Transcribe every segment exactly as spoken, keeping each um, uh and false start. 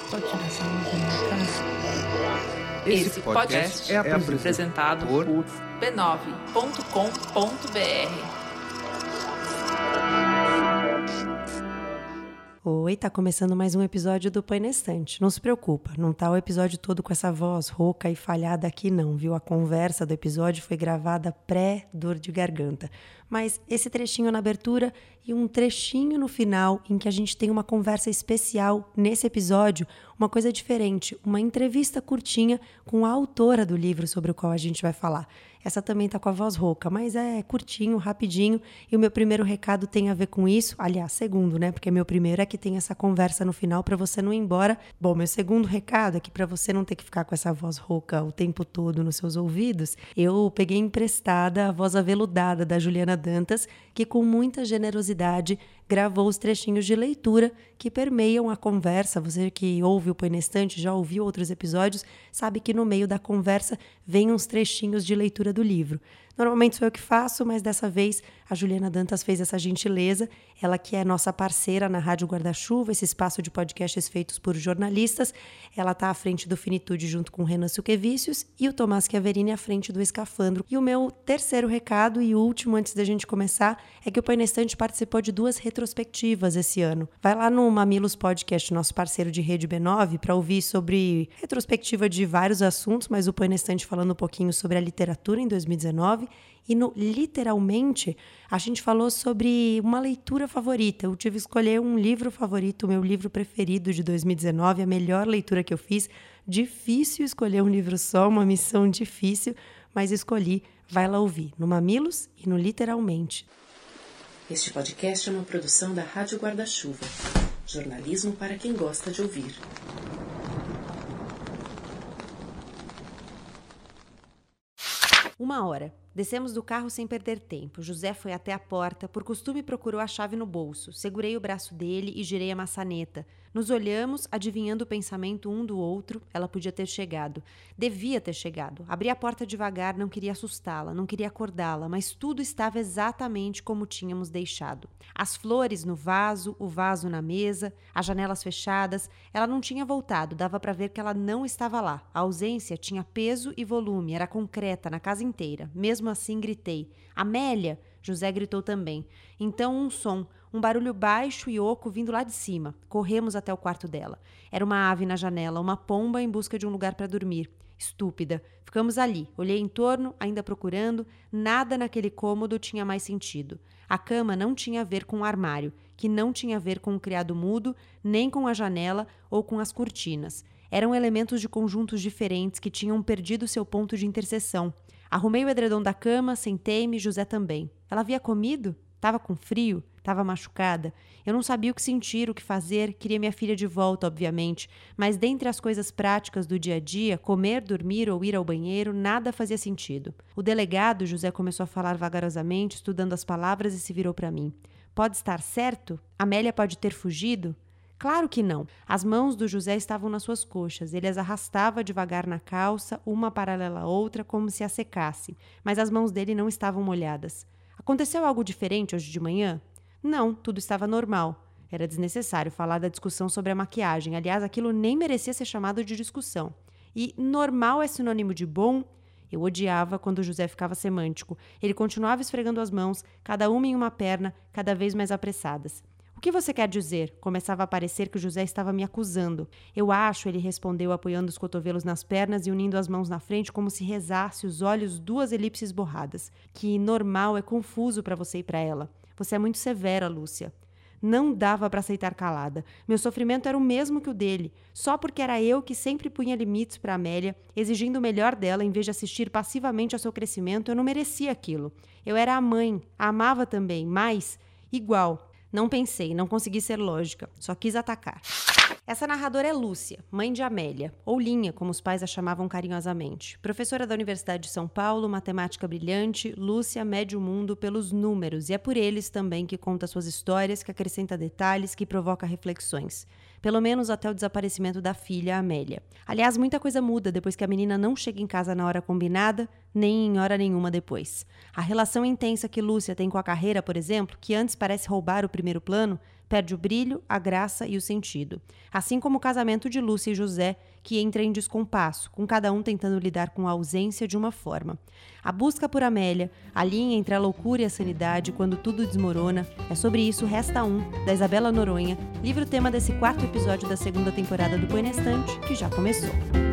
Pode tirar essa música. Esse podcast é apresentado por b nove ponto com ponto b r. Oi, tá começando mais um episódio do Põe na Estante. Não se preocupa, não tá o episódio todo com essa voz rouca e falhada aqui não, viu? A conversa do episódio foi gravada pré-dor de garganta. Mas esse trechinho na abertura e um trechinho no final em que a gente tem uma conversa especial nesse episódio, uma coisa diferente, uma entrevista curtinha com a autora do livro sobre o qual a gente vai falar. Essa também tá com a voz rouca, mas é curtinho, rapidinho, e o meu primeiro recado tem a ver com isso, aliás, segundo, né, porque meu primeiro é que tem essa conversa no final para você não ir embora. Bom, meu segundo recado é que para você não ter que ficar com essa voz rouca o tempo todo nos seus ouvidos, eu peguei emprestada a voz aveludada da Juliana Dantas, que com muita generosidade gravou os trechinhos de leitura que permeiam a conversa. Você que ouve o Põe na Estante, já ouviu outros episódios, sabe que no meio da conversa vem uns trechinhos de leitura do livro. Normalmente sou eu que faço, mas dessa vez a Juliana Dantas fez essa gentileza. Ela que é nossa parceira na Rádio Guarda-Chuva, esse espaço de podcasts feitos por jornalistas. Ela está à frente do Finitude junto com o Renan Silquevicius e o Tomás Chiaverini à frente do Escafandro. E o meu terceiro recado e último antes da gente começar é que o Põe na Estante participou de duas retrospectivas esse ano. Vai lá no Mamilos Podcast, nosso parceiro de Rede B nove, para ouvir sobre retrospectiva de vários assuntos, mas o Põe na Estante falando um pouquinho sobre a literatura em dois mil e dezenove. E no Literalmente, a gente falou sobre uma leitura favorita. Eu tive que escolher um livro favorito, o meu livro preferido de dois mil e dezenove, a melhor leitura que eu fiz. Difícil escolher um livro só, uma missão difícil, mas escolhi. Vai lá ouvir, no Mamilos e no Literalmente. Este podcast é uma produção da Rádio Guarda-Chuva. Jornalismo para quem gosta de ouvir. Uma hora. Descemos do carro sem perder tempo. José foi até a porta, por costume procurou a chave no bolso. Segurei o braço dele e girei a maçaneta. Nos olhamos, adivinhando o pensamento um do outro. Ela podia ter chegado. Devia ter chegado. Abri a porta devagar, não queria assustá-la, não queria acordá-la, mas tudo estava exatamente como tínhamos deixado. As flores no vaso, o vaso na mesa, as janelas fechadas. Ela não tinha voltado, dava para ver que ela não estava lá. A ausência tinha peso e volume, era concreta na casa inteira. Mesmo assim, gritei. Amélia! José gritou também. Então um som, um barulho baixo e oco vindo lá de cima. Corremos até o quarto dela. Era uma ave na janela, uma pomba em busca de um lugar para dormir. Estúpida. Ficamos ali. Olhei em torno, ainda procurando. Nada naquele cômodo tinha mais sentido. A cama não tinha a ver com o armário, que não tinha a ver com o criado mudo, nem com a janela ou com as cortinas. Eram elementos de conjuntos diferentes que tinham perdido seu ponto de interseção. Arrumei o edredom da cama, sentei-me, José também. Ela havia comido? Estava com frio? Estava machucada? Eu não sabia o que sentir, o que fazer, queria minha filha de volta, obviamente, mas dentre as coisas práticas do dia a dia, comer, dormir ou ir ao banheiro, nada fazia sentido. O delegado, José começou a falar vagarosamente, estudando as palavras e se virou para mim. Pode estar certo? Amélia pode ter fugido? Claro que não. As mãos do José estavam nas suas coxas. Ele as arrastava devagar na calça, uma paralela à outra, como se a secasse. Mas as mãos dele não estavam molhadas. Aconteceu algo diferente hoje de manhã? Não, tudo estava normal. Era desnecessário falar da discussão sobre a maquiagem. Aliás, aquilo nem merecia ser chamado de discussão. E normal é sinônimo de bom? Eu odiava quando o José ficava semântico. Ele continuava esfregando as mãos, cada uma em uma perna, cada vez mais apressadas. O que você quer dizer? Começava a parecer que o José estava me acusando. Eu acho, ele respondeu apoiando os cotovelos nas pernas e unindo as mãos na frente como se rezasse, os olhos duas elipses borradas. Que normal é confuso para você e para ela. Você é muito severa, Lúcia. Não dava para aceitar calada. Meu sofrimento era o mesmo que o dele. Só porque era eu que sempre punha limites para Amélia, exigindo o melhor dela em vez de assistir passivamente ao seu crescimento, eu não merecia aquilo. Eu era a mãe, a amava também, mas igual. Não pensei, não consegui ser lógica, só quis atacar. Essa narradora é Lúcia, mãe de Amélia, ou Linha, como os pais a chamavam carinhosamente. Professora da Universidade de São Paulo, matemática brilhante, Lúcia mede o mundo pelos números, e é por eles também que conta suas histórias, que acrescenta detalhes, que provoca reflexões. Pelo menos até o desaparecimento da filha, Amélia. Aliás, muita coisa muda depois que a menina não chega em casa na hora combinada, nem em hora nenhuma depois. A relação intensa que Lúcia tem com a carreira, por exemplo, que antes parece roubar o primeiro plano, Perde o brilho, a graça e o sentido. Assim como o casamento de Lúcia e José, que entra em descompasso, com cada um tentando lidar com a ausência de uma forma. A busca por Amélia, a linha entre a loucura e a sanidade quando tudo desmorona, é sobre isso Resta Um, da Isabela Noronha, livro tema desse quarto episódio da segunda temporada do Põe na Estante, que já começou.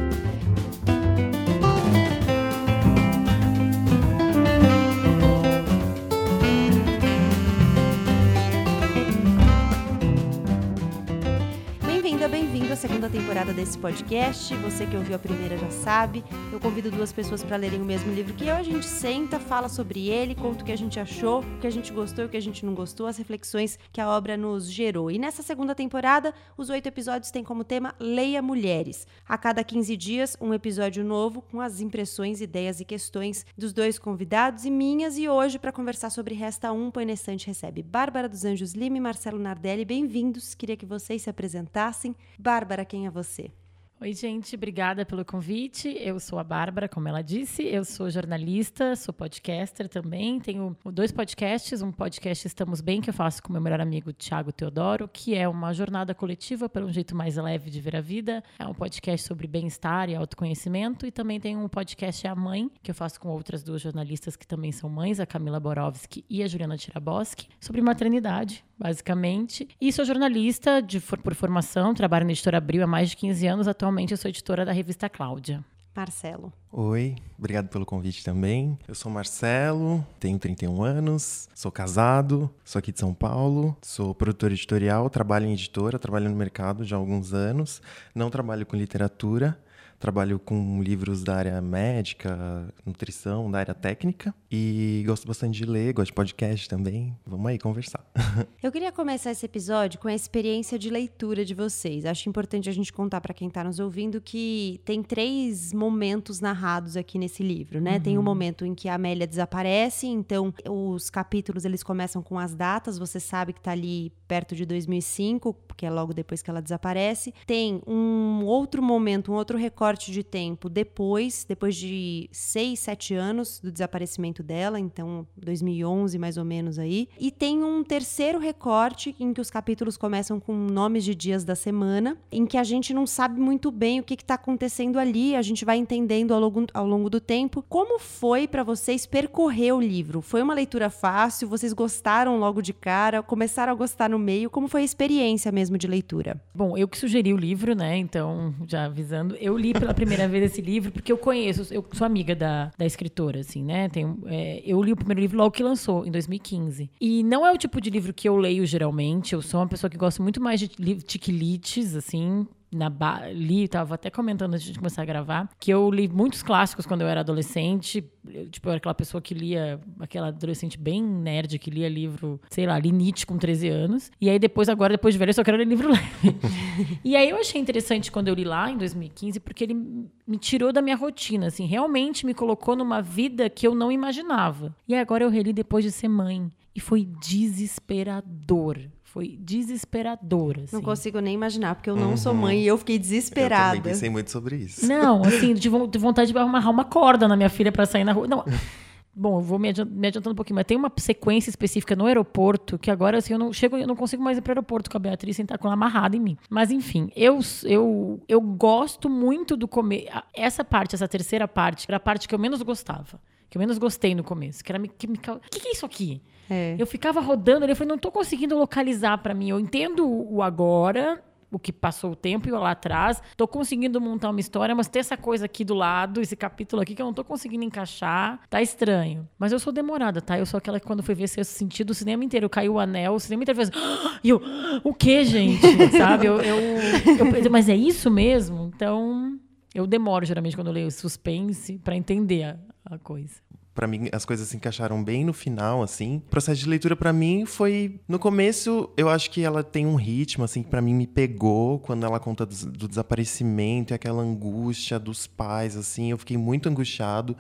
Bem-vindo à segunda temporada desse podcast. Você que ouviu a primeira já sabe. Eu convido duas pessoas para lerem o mesmo livro que eu. A gente senta, fala sobre ele, conta o que a gente achou, o que a gente gostou e o que a gente não gostou, as reflexões que a obra nos gerou. E nessa segunda temporada, os oito episódios têm como tema Leia Mulheres. A cada quinze dias, um episódio novo com as impressões, ideias e questões dos dois convidados e minhas. E hoje, para conversar sobre Resta Um, Põe na Estante recebe Bárbara dos Anjos Lima e Marcelo Nardelli. Bem-vindos. Queria que vocês se apresentassem. Bárbara, quem é você? Oi, gente, obrigada pelo convite. Eu sou a Bárbara, como ela disse. Eu sou jornalista, sou podcaster também. Tenho dois podcasts. Um podcast Estamos Bem, que eu faço com meu melhor amigo Thiago Teodoro, que é uma jornada coletiva para um jeito mais leve de ver a vida. É um podcast sobre bem-estar e autoconhecimento. E também tem um podcast A Mãe, que eu faço com outras duas jornalistas que também são mães, a Camila Borowski e a Juliana Tiraboski, sobre maternidade, basicamente. E sou jornalista de, por formação, trabalho na Editora Abril há mais de quinze anos. Atualmente eu sou editora da revista Cláudia. Marcelo. Oi, obrigado pelo convite também. Eu sou Marcelo, tenho trinta e um anos, sou casado, sou aqui de São Paulo, sou produtor editorial, trabalho em editora, trabalho no mercado já há alguns anos, não trabalho com literatura. Trabalho com livros da área médica, nutrição, da área técnica. E gosto bastante de ler, gosto de podcast também. Vamos aí conversar. Eu queria começar esse episódio com a experiência de leitura de vocês. Acho importante a gente contar para quem está nos ouvindo que tem três momentos narrados aqui nesse livro, né? Uhum. Tem o momento em que a Amélia desaparece, então os capítulos eles começam com as datas. Você sabe que está ali perto de dois mil e cinco, porque é logo depois que ela desaparece. Tem um outro momento, um outro recorte de tempo depois, depois de seis, sete anos do desaparecimento dela, então dois mil e onze mais ou menos aí. E tem um terceiro recorte em que os capítulos começam com nomes de dias da semana, em que a gente não sabe muito bem o que está acontecendo ali, a gente vai entendendo ao longo, ao longo do tempo. Como foi para vocês percorrer o livro? Foi uma leitura fácil? Vocês gostaram logo de cara? Começaram a gostar no meio? Como foi a experiência mesmo de leitura? Bom, eu que sugeri o livro, né? Então, já avisando, eu li pela primeira vez esse livro, porque eu conheço, eu sou amiga da, da escritora, assim, né? Tenho, é, eu li o primeiro livro logo que lançou, em dois mil e quinze. E não é o tipo de livro que eu leio geralmente, eu sou uma pessoa que gosta muito mais de tiquilites, assim. Na ba- li, tava até comentando antes de começar a gravar, que eu li muitos clássicos quando eu era adolescente. Eu, tipo, eu era aquela pessoa que lia, aquela adolescente bem nerd, que lia livro, sei lá, li Nietzsche com treze anos. E aí depois, agora, depois de velho, eu só quero ler livro leve. E aí eu achei interessante quando eu li lá, em dois mil e quinze, porque ele me tirou da minha rotina, assim, realmente me colocou numa vida que eu não imaginava. E agora eu reli depois de ser mãe. E foi desesperador. Foi desesperador, assim. Não consigo nem imaginar, porque eu não uhum. sou mãe e eu fiquei desesperada. Eu também pensei muito sobre isso. Não, assim, de vontade de amarrar uma corda na minha filha pra sair na rua. Não. Bom, eu vou me adiantando um pouquinho, mas tem uma sequência específica no aeroporto que agora, assim, eu não chego, eu não consigo mais ir pro aeroporto com a Beatriz sem estar com ela amarrada em mim. Mas, enfim, eu, eu, eu gosto muito do começo. Essa parte, essa terceira parte, era a parte que eu menos gostava. Que eu menos gostei no começo. Que era me... que me... O que, que é isso aqui? É. Eu ficava rodando ali, eu falei, não tô conseguindo localizar pra mim. Eu entendo o agora, o que passou o tempo e o lá atrás. Tô conseguindo montar uma história, mas tem essa coisa aqui do lado, esse capítulo aqui que eu não tô conseguindo encaixar. Tá estranho. Mas eu sou demorada, tá? Eu sou aquela que quando foi ver Sexto Sentido, o cinema inteiro caiu o anel, o cinema inteiro fez... E eu, o quê, gente? Sabe? Eu, eu, eu, mas é isso mesmo? Então, eu demoro geralmente quando eu leio suspense pra entender a, a coisa. Pra mim, as coisas se encaixaram bem no final, assim. O processo de leitura, pra mim, foi... No começo, eu acho que ela tem um ritmo, assim, que pra mim me pegou. Quando ela conta do, do desaparecimento e aquela angústia dos pais, assim. Eu fiquei muito angustiado.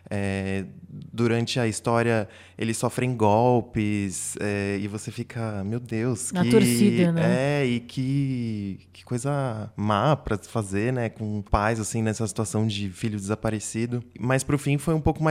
É, durante a história, eles sofrem golpes. É, e você fica, meu Deus. Na que, torcida, né? É, e que, que coisa má pra se fazer, né? Com pais, assim, nessa situação de filho desaparecido. Mas pro fim foi um pouco mais difícil.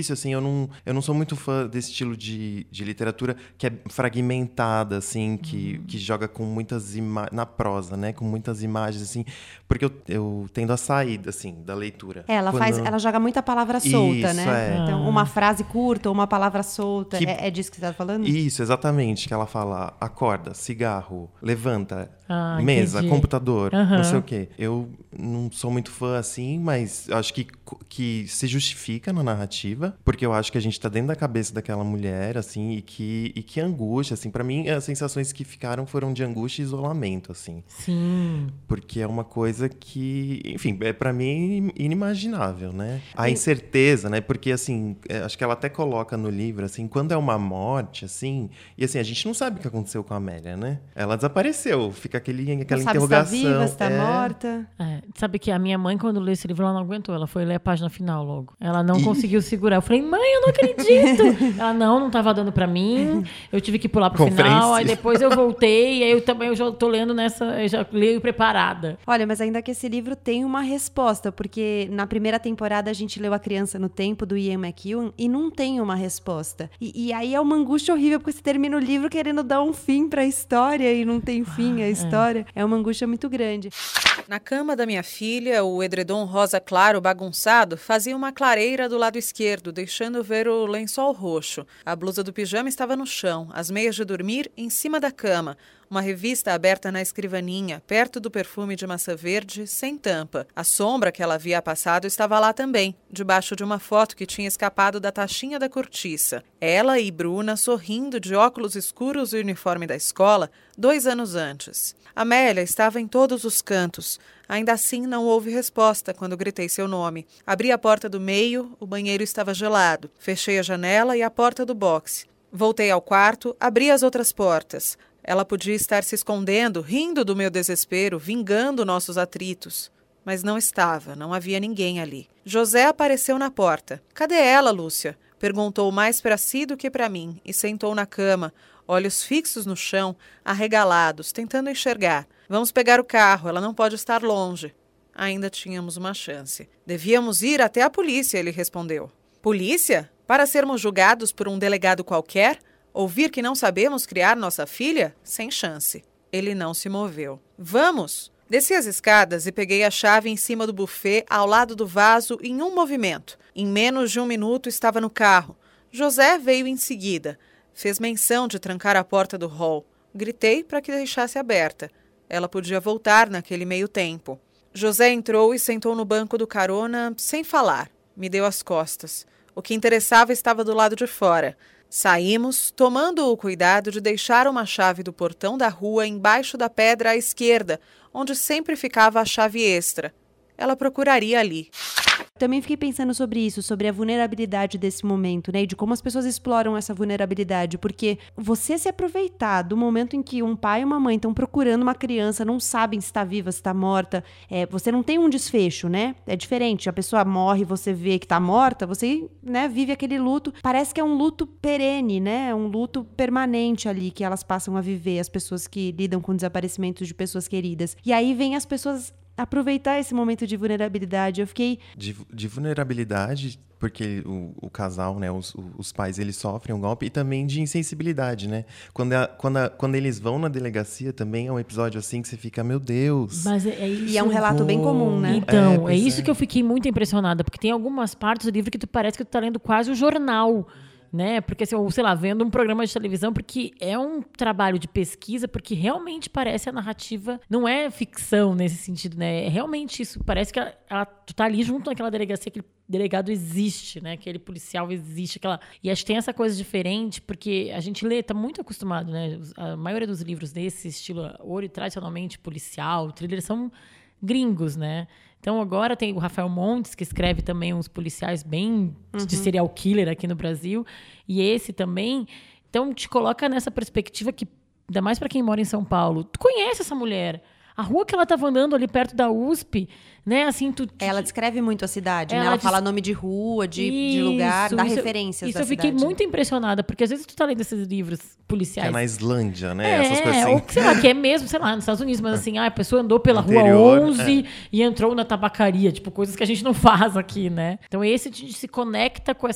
difícil, assim, eu não, eu não sou muito fã desse estilo de, de literatura que é fragmentada, assim, que, hum. que joga com muitas imagens, na prosa, né? Com muitas imagens, assim, porque eu, eu tendo a sair, assim, da leitura. É, ela, Quando... faz, ela joga muita palavra solta, Isso, né? É. Então, uma frase curta ou uma palavra solta, que... é, é disso que você tá falando? Isso, exatamente, que ela fala, acorda, cigarro, levanta, ah, mesa, entendi. computador, uhum. não sei o quê. Eu não sou muito fã, assim, mas acho que, que se justifica na narrativa, porque eu acho que a gente tá dentro da cabeça daquela mulher, assim, e que, e que angústia, assim, pra mim, as sensações que ficaram foram de angústia e isolamento, assim. Sim. Porque é uma coisa que, enfim, é pra mim inimaginável, né? A incerteza, né? Porque, assim, acho que ela até coloca no livro, assim, quando é uma morte, assim, e assim, a gente não sabe o que aconteceu com a Amélia, né? Ela desapareceu, fica aquele, aquela não sabe interrogação. Se tá viva, se tá é... morta. É, sabe que a minha mãe, quando leu esse livro, ela não aguentou. Ela foi ler a página final logo. Ela não e... conseguiu segurar. Eu falei, mãe, eu não acredito. Ela, não, não tava dando pra mim. Eu tive que pular pro final. Aí depois eu voltei. E aí eu também eu já tô lendo nessa... Eu já leio preparada. Olha, mas ainda que esse livro tem uma resposta. Porque na primeira temporada a gente leu A Criança no Tempo, do Ian McEwan, e não tem uma resposta. E, e aí é uma angústia horrível, porque você termina o livro querendo dar um fim pra história e não tem fim a história. É, é uma angústia muito grande. Na cama da minha filha, o edredom rosa claro bagunçado fazia uma clareira do lado esquerdo, deixando ver o lençol roxo. A blusa do pijama estava no chão, as meias de dormir em cima da cama. Uma revista aberta na escrivaninha, perto do perfume de maçã verde, sem tampa. A sombra que ela havia passado estava lá também, debaixo de uma foto que tinha escapado da taxinha da cortiça. Ela e Bruna sorrindo de óculos escuros e uniforme da escola, dois anos antes. Amélia estava em todos os cantos. Ainda assim, não houve resposta quando gritei seu nome. Abri a porta do meio, o banheiro estava gelado. Fechei a janela e a porta do boxe. Voltei ao quarto, abri as outras portas. Ela podia estar se escondendo, rindo do meu desespero, vingando nossos atritos. Mas não estava, não havia ninguém ali. José apareceu na porta. Cadê ela, Lúcia? Perguntou mais para si do que para mim e sentou na cama, olhos fixos no chão, arregalados, tentando enxergar. Vamos pegar o carro, ela não pode estar longe. Ainda tínhamos uma chance. Devíamos ir até a polícia, ele respondeu. Polícia? Para sermos julgados por um delegado qualquer? Ouvir que não sabemos criar nossa filha? Sem chance. Ele não se moveu. Vamos! Desci as escadas e peguei a chave em cima do buffet, ao lado do vaso, em um movimento. Em menos de um minuto estava no carro. José veio em seguida. Fez menção de trancar a porta do hall. Gritei para que deixasse aberta. Ela podia voltar naquele meio tempo. José entrou e sentou no banco do carona, sem falar. Me deu as costas. O que interessava estava do lado de fora. Saímos, tomando o cuidado de deixar uma chave do portão da rua embaixo da pedra à esquerda, onde sempre ficava a chave extra. Ela procuraria ali. Também fiquei pensando sobre isso, sobre a vulnerabilidade desse momento, né? E de como as pessoas exploram essa vulnerabilidade. Porque você se aproveitar do momento em que um pai e uma mãe estão procurando uma criança, não sabem se está viva, se está morta. É, você não tem um desfecho, né? É diferente. A pessoa morre, você vê que está morta, você, né, vive aquele luto. Parece que é um luto perene, né? É um luto permanente ali que elas passam a viver, as pessoas que lidam com desaparecimentos de pessoas queridas. E aí vem as pessoas aproveitar esse momento de vulnerabilidade. Eu fiquei... De, de vulnerabilidade, porque o, o casal, né, os, os pais, eles sofrem um golpe, e também de insensibilidade, né? Quando, a, quando, a, quando eles vão na delegacia, também é um episódio assim que você fica, meu Deus. Mas é, é isso. E é um relato bem comum, né? Então, é, é isso é. que eu fiquei muito impressionada, porque tem algumas partes do livro que tu parece que tu tá lendo quase o jornal, né? Porque, assim, ou, sei lá, vendo um programa de televisão, porque é um trabalho de pesquisa, porque realmente parece a narrativa, não é ficção nesse sentido, né? É realmente isso, parece que ela, ela, tu tá ali junto naquela delegacia, aquele delegado existe, né? Aquele policial existe, aquela... E acho que tem essa coisa diferente, porque a gente lê, tá muito acostumado, né? A maioria dos livros desse estilo, ouro, tradicionalmente policial, thriller, são gringos, né? Então, agora tem o Rafael Montes, que escreve também uns policiais bem uhum. de serial killer aqui no Brasil. E esse também. Então, te coloca nessa perspectiva que, ainda mais para quem mora em São Paulo, tu conhece essa mulher. A rua que ela estava andando ali perto da U S P, né? Assim, tu... Ela descreve muito a cidade, ela né? Ela diz... fala nome de rua, de, isso, de lugar, dá isso, referências isso da eu fiquei cidade. muito impressionada, porque às vezes tu tá lendo esses livros policiais. Que é na Islândia, né? É, essas coisas assim. Ou, sei lá, que é mesmo, sei lá, nos Estados Unidos, mas assim, ah, a pessoa andou pela Interior, rua onze é. e entrou na tabacaria, tipo, coisas que a gente não faz aqui, né? Então esse a gente se conecta com essa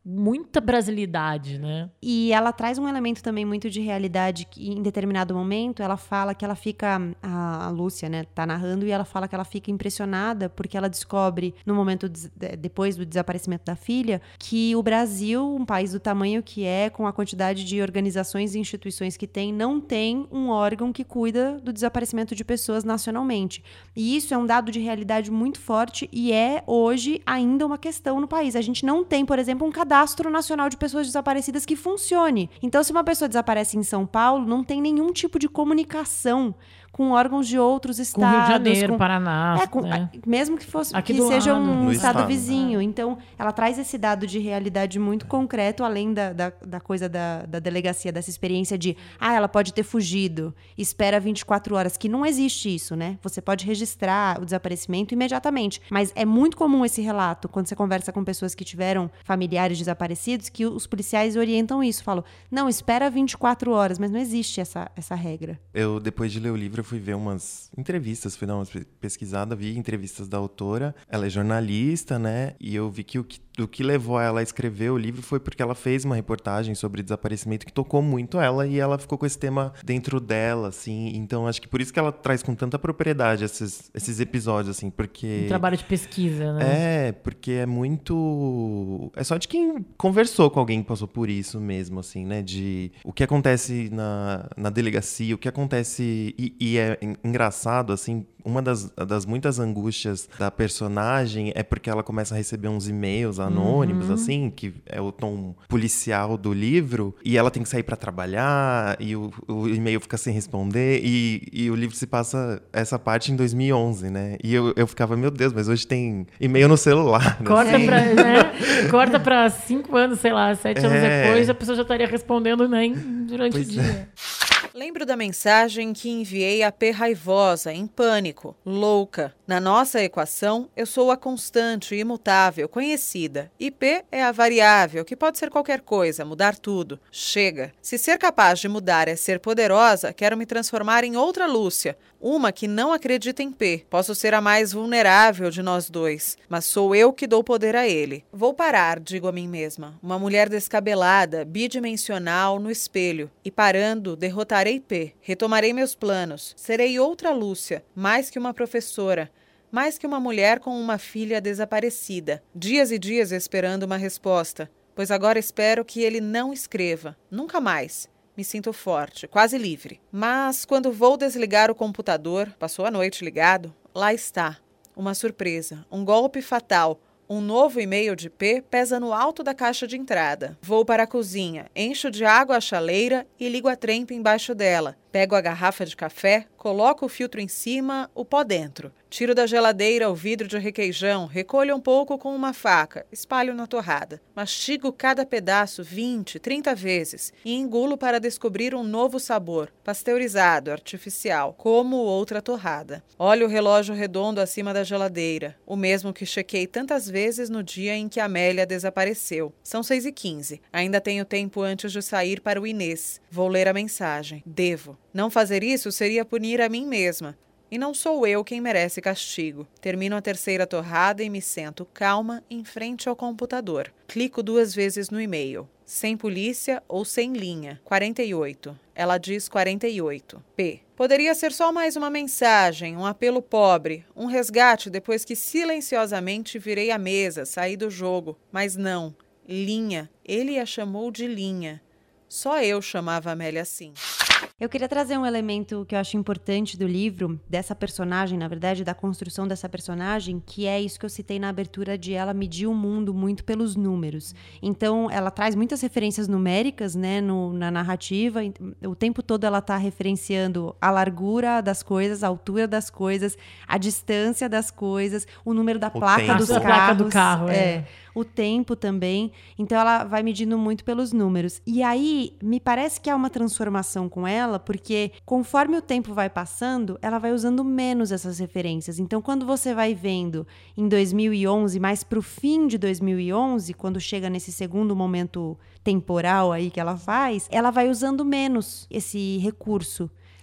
muita brasilidade, né? E ela traz um elemento também muito de realidade que em determinado momento ela fala que ela fica, a, a Lúcia, né, tá narrando e ela fala que ela fica impressionada porque ela descobre no momento de, depois do desaparecimento da filha que o Brasil, um país do tamanho que é, com a quantidade de organizações e instituições que tem, não tem um órgão que cuida do desaparecimento de pessoas nacionalmente. E isso é um dado de realidade muito forte e é hoje ainda uma questão no país. A gente não tem, por exemplo, um cadastro nacional de pessoas desaparecidas que funcione. Então, se uma pessoa desaparece em São Paulo, não tem nenhum tipo de comunicação com órgãos de outros estados. Com Rio de Janeiro, com, Paraná. É, com, né? Mesmo que fosse Aqui que seja lado. um No estado, estado vizinho. É. Então, ela traz esse dado de realidade muito concreto, além da, da, da coisa da, da delegacia, dessa experiência de, ah, ela pode ter fugido, espera vinte e quatro horas, que não existe isso, né? Você pode registrar o desaparecimento imediatamente. Mas é muito comum esse relato, quando você conversa com pessoas que tiveram familiares desaparecidos, que os policiais orientam isso, falam, não, espera vinte e quatro horas, mas não existe essa, essa regra. Eu, depois de ler o livro, eu fui ver umas entrevistas, fui dar uma pesquisada, vi entrevistas da autora. Ela é jornalista, né? E eu vi que o que, o que levou ela a escrever o livro foi porque ela fez uma reportagem sobre desaparecimento que tocou muito ela e ela ficou com esse tema dentro dela, assim. Então, acho que por isso que ela traz com tanta propriedade esses, esses episódios, assim, porque... Um trabalho de pesquisa, né? É, porque é muito... É só de quem conversou com alguém que passou por isso mesmo, assim, né? De o que acontece na, na delegacia, o que acontece... E, e é engraçado, assim, uma das, das muitas angústias da personagem é porque ela começa a receber uns e-mails anônimos, uhum. assim, que é o tom policial do livro, e ela tem que sair pra trabalhar, e o, o e-mail fica sem responder, e, e o livro se passa essa parte em dois mil e onze, né? E eu, eu ficava, meu Deus, mas hoje tem e-mail no celular. Corta, assim. pra, né? Corta pra cinco anos, sei lá, sete anos É. depois, a pessoa já estaria respondendo nem durante Pois o dia. é. Lembro da mensagem que enviei a P raivosa, em pânico, louca. Na nossa equação, eu sou a constante, imutável, conhecida. E P é a variável, que pode ser qualquer coisa, mudar tudo. Chega. Se ser capaz de mudar é ser poderosa, quero me transformar em outra Lúcia. Uma que não acredita em P. Posso ser a mais vulnerável de nós dois, mas sou eu que dou poder a ele. Vou parar, digo a mim mesma. Uma mulher descabelada, bidimensional, no espelho. E parando, derrotarei P. Retomarei meus planos. Serei outra Lúcia, mais que uma professora. Mais que uma mulher com uma filha desaparecida. Dias e dias esperando uma resposta. Pois agora espero que ele não escreva. Nunca mais. Me sinto forte, quase livre. Mas quando vou desligar o computador, passou a noite ligado, lá está. Uma surpresa, um golpe fatal. Um novo e-mail de P pesa no alto da caixa de entrada. Vou para a cozinha, encho de água a chaleira e ligo a trempa embaixo dela. Pego a garrafa de café, coloco o filtro em cima, o pó dentro. Tiro da geladeira o vidro de requeijão, recolho um pouco com uma faca, espalho na torrada. Mastigo cada pedaço vinte, trinta vezes e engulo para descobrir um novo sabor, pasteurizado, artificial, como outra torrada. Olho o relógio redondo acima da geladeira, o mesmo que chequei tantas vezes no dia em que Amélia desapareceu. São seis e quinze. Ainda tenho tempo antes de sair para o Inês. Vou ler a mensagem. Devo. Não fazer isso seria punir a mim mesma. E não sou eu quem merece castigo. Termino a terceira torrada e me sento calma em frente ao computador. Clico duas vezes no e-mail. Sem polícia ou sem linha. quarenta e oito. Ela diz quarenta e oito. P. Poderia ser só mais uma mensagem, um apelo pobre, um resgate depois que silenciosamente virei a mesa, saí do jogo. Mas não. Linha. Ele a chamou de linha. Só eu chamava a Amélia assim. Eu queria trazer um elemento que eu acho importante do livro, dessa personagem, na verdade, da construção dessa personagem, que é isso que eu citei na abertura de ela medir o mundo muito pelos números. Então, ela traz muitas referências numéricas, né, no, na narrativa. O tempo todo ela está referenciando a largura das coisas, a altura das coisas, a distância das coisas, o número da O placa tempo. dos A carros. placa do carro, é. é. O tempo também. Então, ela vai medindo muito pelos números. E aí, me parece que há uma transformação com ela, porque conforme o tempo vai passando, ela vai usando menos essas referências. Então, quando você vai vendo em dois mil e onze, mais pro fim de dois mil e onze, quando chega nesse segundo momento temporal aí que ela faz, ela vai usando menos esse recurso.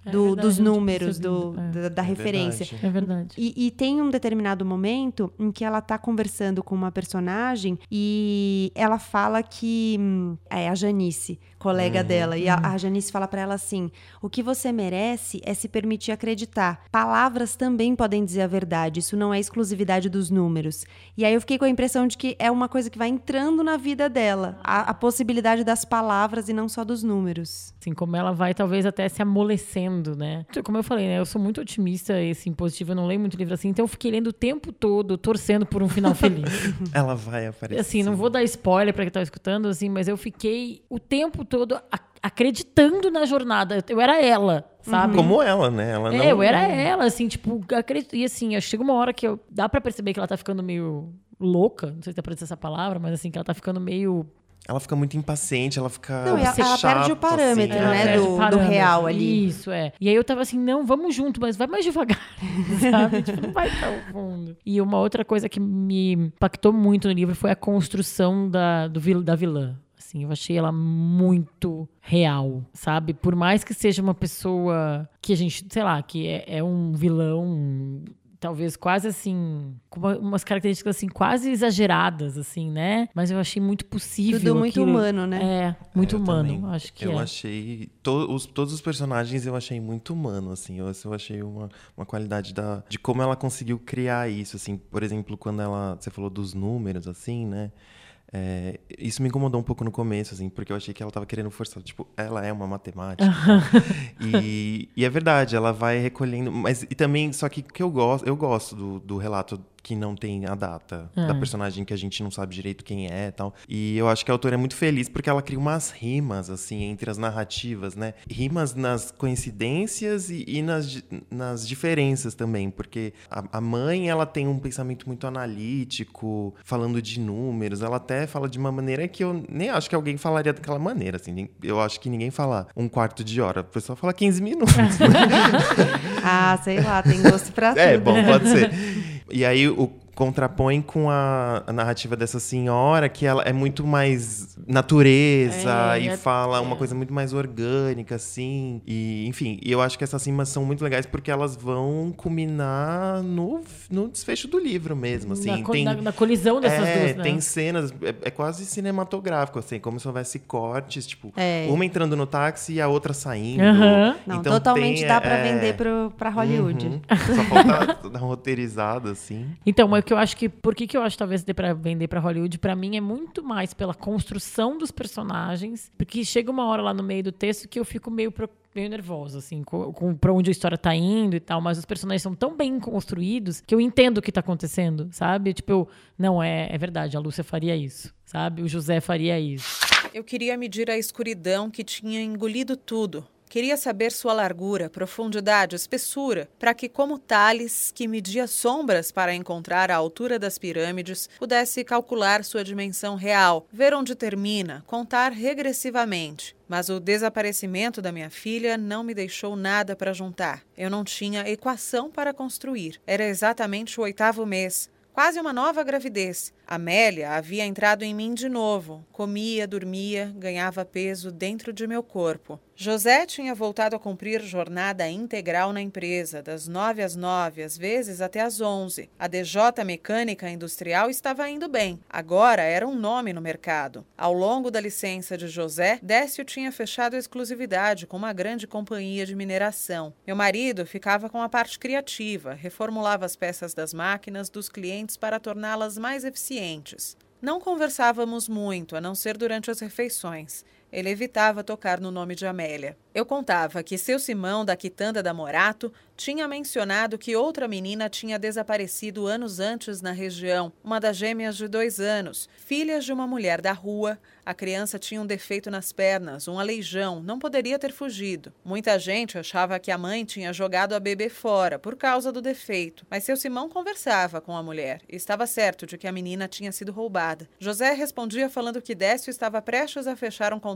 do, verdade, dos eu não tinha números, do, percebido. da, da É referência. verdade. É verdade. E, e tem um determinado momento em que ela tá conversando com uma personagem e ela fala que... hum, É a Janice, colega Uhum. dela. E a, a Janice fala pra ela assim: o que você merece é se permitir acreditar. Palavras também podem dizer a verdade. Isso não é exclusividade dos números. E aí eu fiquei com a impressão de que é uma coisa que vai entrando na vida dela. A, a possibilidade das palavras e não só dos números. Assim, como ela vai talvez até se amolecendo, né? Como eu falei, né? Eu sou muito otimista e assim, positiva, eu não leio muito livro assim, então eu fiquei lendo o tempo todo, torcendo por um final feliz. Ela vai aparecer. Assim, não vou dar spoiler pra quem tá escutando, assim, mas eu fiquei o tempo todo a- acreditando na jornada. Eu era ela, sabe? Como ela, né? Ela não... É, eu era ela, assim, tipo, acredito. E assim, chega uma hora que eu, dá pra perceber que ela tá ficando meio louca, não sei se dá pra dizer essa palavra, mas assim, que ela tá ficando meio... Ela fica muito impaciente, ela fica Não, ela, ela chato, perde o parâmetro, assim, né? perde Do, o parâmetro. do real ali. Isso, é. E aí eu tava assim, não, vamos junto, mas vai mais devagar, sabe? Tipo, não vai tão fundo. E uma outra coisa que me impactou muito no livro foi a construção da, do, vil- da vilã. Assim, eu achei ela muito real, sabe? Por mais que seja uma pessoa que a gente, sei lá, que é, é um vilão... Talvez quase assim, com uma- umas características assim, quase exageradas, assim, né? Mas eu achei muito possível. Tudo muito aquilo. humano, né? É, muito Eu humano, também. acho que eu é. achei to- os, todos os personagens eu achei muito humano, assim. Eu, eu achei uma, uma qualidade da, de como ela conseguiu criar isso, assim. Por exemplo, quando ela, você falou dos números, assim, né? É, isso me incomodou um pouco no começo, assim, porque eu achei que ela tava querendo forçar, tipo, ela é uma matemática. e, e é verdade, ela vai recolhendo, mas e também, só que, que eu gosto, eu gosto do, do relato que não tem a data Ah. da personagem que a gente não sabe direito quem é e tal. E eu acho que a autora é muito feliz porque ela cria umas rimas, assim, entre as narrativas, né? Rimas nas coincidências e, e nas, di- nas diferenças também, porque a, a mãe, ela tem um pensamento muito analítico, falando de números, ela até fala de uma maneira que eu nem acho que alguém falaria daquela maneira, assim. Nem- Eu acho que ninguém fala um quarto de hora, a pessoa fala quinze minutos. Ah, sei lá, tem gosto pra tudo. É, bom, pode ser. E aí o contrapõe com a, a narrativa dessa senhora, que ela é muito mais natureza É, e é- fala é. uma coisa muito mais orgânica, assim. E, enfim, e eu acho que essas rimas são muito legais porque elas vão culminar no, no desfecho do livro mesmo, assim. na, co- Tem- na- na colisão dessas é, duas, né? tem cenas, é, é quase cinematográfico, assim, como se houvesse cortes, tipo, É. uma entrando no táxi e a outra saindo. Aham. Não, Então totalmente tem, dá pra é, vender pro, pra Hollywood. Uhum. Só falta dar uma roteirizada, assim. Então, mas o que eu acho que... Por que, que eu acho que talvez dê pra vender pra Hollywood? Pra mim é muito mais pela construção dos personagens. Porque chega uma hora lá no meio do texto que eu fico meio, pro- meio nervosa, assim, com, com pra onde a história tá indo e tal. Mas os personagens são tão bem construídos que eu entendo o que tá acontecendo, sabe? Tipo, eu, não, é, é verdade, a Lúcia faria isso, sabe? O José faria isso. Eu queria medir a escuridão que tinha engolido tudo. Queria saber sua largura, profundidade, espessura, para que, como Tales, que media sombras para encontrar a altura das pirâmides, pudesse calcular sua dimensão real, ver onde termina, contar regressivamente. Mas o desaparecimento da minha filha não me deixou nada para juntar. Eu não tinha equação para construir. Era exatamente o oitavo mês. Quase uma nova gravidez. Amélia havia entrado em mim de novo. Comia, dormia, ganhava peso dentro de meu corpo. José tinha voltado a cumprir jornada integral na empresa, das nove às nove, às vezes até às onze. A D J Mecânica Industrial estava indo bem. Agora era um nome no mercado. Ao longo da licença de José, Décio tinha fechado a exclusividade com uma grande companhia de mineração. Meu marido ficava com a parte criativa, reformulava as peças das máquinas dos clientes para torná-las mais eficientes. Não conversávamos muito, a não ser durante as refeições. Ele evitava tocar no nome de Amélia. Eu contava que seu Simão, da quitanda da Morato, tinha mencionado que outra menina tinha desaparecido anos antes na região, uma das gêmeas de dois anos, filhas de uma mulher da rua. A criança tinha um defeito nas pernas, um aleijão, não poderia ter fugido. Muita gente achava que a mãe tinha jogado a bebê fora por causa do defeito, mas seu Simão conversava com a mulher e estava certo de que a menina tinha sido roubada. José respondia falando que Décio estava prestes a fechar um contrato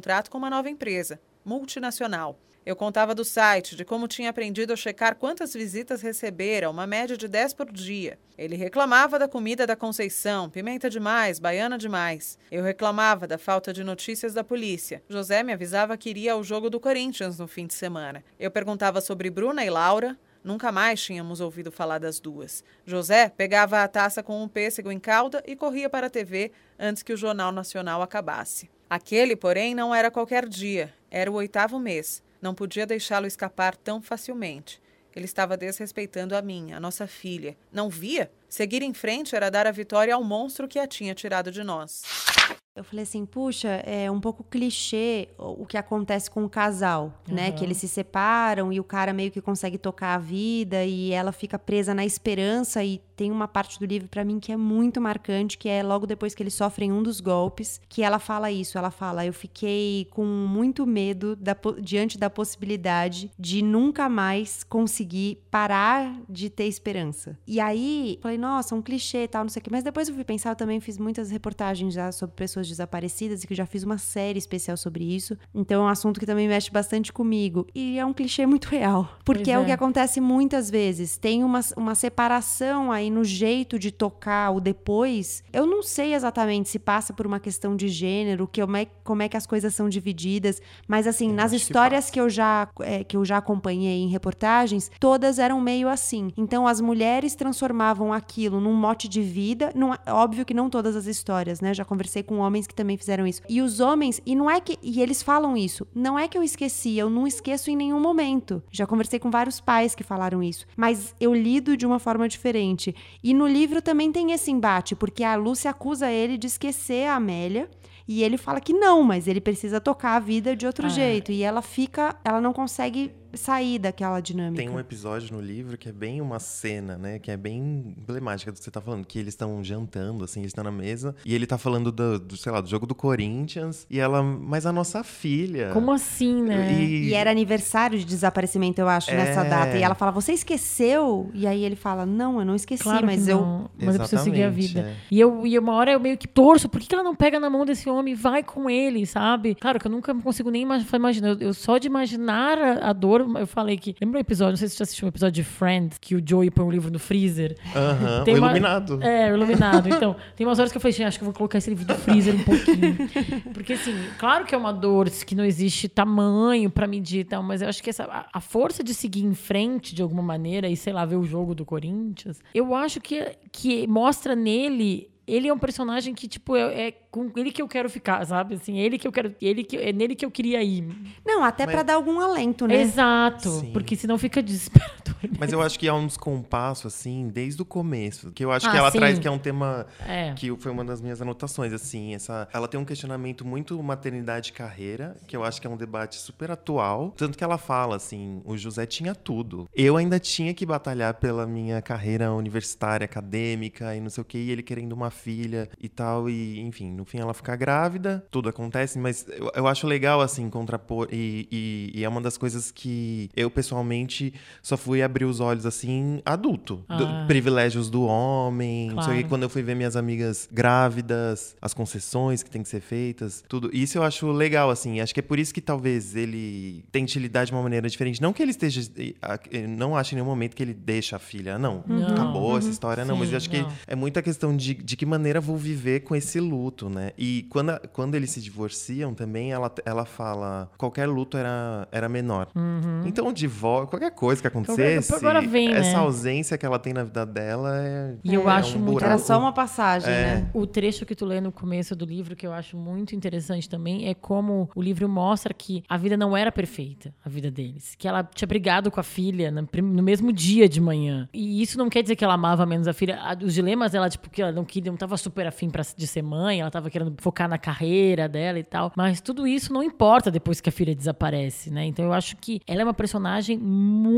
contrato com uma nova empresa, multinacional. Eu contava do site, de como tinha aprendido a checar quantas visitas recebera, uma média de dez por dia. Ele reclamava da comida da Conceição, pimenta demais, baiana demais. Eu reclamava da falta de notícias da polícia. José me avisava que iria ao jogo do Corinthians no fim de semana. Eu perguntava sobre Bruna e Laura. Nunca mais tínhamos ouvido falar das duas. José pegava a taça com um pêssego em calda e corria para a T V antes que o Jornal Nacional acabasse. Aquele, porém, não era qualquer dia. Era o oitavo mês. Não podia deixá-lo escapar tão facilmente. Ele estava desrespeitando a mim, a nossa filha. Não via? Seguir em frente era dar a vitória ao monstro que a tinha tirado de nós. Eu falei assim, puxa, é um pouco clichê o que acontece com o casal, uhum. né? Que eles se separam e o cara meio que consegue tocar a vida e ela fica presa na esperança. E tem uma parte do livro pra mim que é muito marcante, que é logo depois que eles sofrem um dos golpes, que ela fala isso, ela fala, eu fiquei com muito medo da, diante da possibilidade de nunca mais conseguir parar de ter esperança. E aí, falei, nossa, um clichê e tal, não sei o quê. Mas depois eu fui pensar, eu também fiz muitas reportagens já sobre pessoas desaparecidas e que eu já fiz uma série especial sobre isso. Então é um assunto que também mexe bastante comigo. E é um clichê muito real. Porque é. é o que acontece muitas vezes. Tem uma, uma separação aí no jeito de tocar o depois. Eu não sei exatamente se passa por uma questão de gênero, que, como, é, como é que as coisas são divididas. Mas assim, eu nas histórias que, que, eu já, é, que eu já acompanhei em reportagens, todas eram meio assim. Então as mulheres transformavam aquilo num mote de vida. Não, óbvio que não todas as histórias, né? Já conversei com homens que também fizeram isso. E os homens, e não é que, e eles falam isso, não é que eu esqueci, eu não esqueço em nenhum momento. Já conversei com vários pais que falaram isso, mas eu lido de uma forma diferente. E no livro também tem esse embate, porque a Lúcia acusa ele de esquecer a Amélia, e ele fala que não, mas ele precisa tocar a vida de outro ah, jeito. E ela fica, ela não consegue sair daquela dinâmica. Tem um episódio no livro que é bem uma cena, né? Que é bem emblemática do que você tá falando. Que eles estão jantando, assim, eles estão na mesa. E ele tá falando do, do, sei lá, do jogo do Corinthians. E ela, mas a nossa filha... Como assim, né? E, e era aniversário de desaparecimento, eu acho, é... nessa data. E ela fala, você esqueceu? E aí ele fala, não, eu não esqueci, claro mas não. eu... Mas Exatamente, eu preciso seguir a vida. É. E, eu, e uma hora eu meio que torço. Por que, que ela não pega na mão desse homem e vai com ele, sabe? Claro que eu nunca consigo nem imaginar. Eu, eu só de imaginar a, a dor, eu falei que... Lembra um episódio, não sei se você já assistiu um episódio de Friends, que o Joey põe um livro no freezer? Aham, uh-huh, o uma... Iluminado. É, o Iluminado. Então, tem umas horas que eu falei, acho que eu vou colocar esse livro no freezer um pouquinho. Porque, assim, claro que é uma dor, que não existe tamanho pra medir e tal, mas eu acho que essa, a, a força de seguir em frente, de alguma maneira, e, sei lá, ver o jogo do Corinthians, eu acho que, que mostra nele... Ele é um personagem que, tipo, é, é com ele que eu quero ficar, sabe? Assim, ele que eu quero... Ele que, é nele que eu queria ir. Não, até Mas... pra dar algum alento, né? Exato. Sim. Porque senão fica desesperador. Mas eu acho que há uns compassos, assim, desde o começo. Que eu acho ah, que ela sim. traz, que é um tema... É. Que foi uma das minhas anotações, assim. Essa, ela tem um questionamento muito maternidade e carreira, que eu acho que é um debate super atual. Tanto que ela fala, assim, o José tinha tudo. Eu ainda tinha que batalhar pela minha carreira universitária, acadêmica e não sei o quê. E ele querendo uma filha e tal, e enfim, no fim ela fica grávida, tudo acontece, mas eu, eu acho legal, assim, contrapor, e, e, e é uma das coisas que eu, pessoalmente, só fui abrir os olhos, assim, adulto. Ah. Do, privilégios do homem, claro. Não sei o que, quando eu fui ver minhas amigas grávidas, as concessões que tem que ser feitas, tudo. Isso eu acho legal, assim, acho que é por isso que talvez ele tente lidar de uma maneira diferente. Não que ele esteja, não acho em nenhum momento que ele deixa a filha, não, não. acabou uhum. essa história, não, Sim, mas eu acho não. que é muita questão de, de que maneira vou viver com esse luto, né? E quando, quando eles se divorciam também, ela, ela fala, qualquer luto era, era menor. Uhum. Então o divórcio, qualquer coisa que acontecesse, agora vem, essa né? ausência que ela tem na vida dela é E eu é acho um muito... buraco. Era só uma passagem, é. né? O trecho que tu lê no começo do livro, que eu acho muito interessante também, é como o livro mostra que a vida não era perfeita, a vida deles. Que ela tinha brigado com a filha no mesmo dia de manhã. E isso não quer dizer que ela amava menos a filha. Os dilemas dela, tipo, que ela não queria, não tava super afim pra, de ser mãe, ela tava querendo focar na carreira dela e tal. Mas tudo isso não importa depois que a filha desaparece, né? Então eu acho que ela é uma personagem muito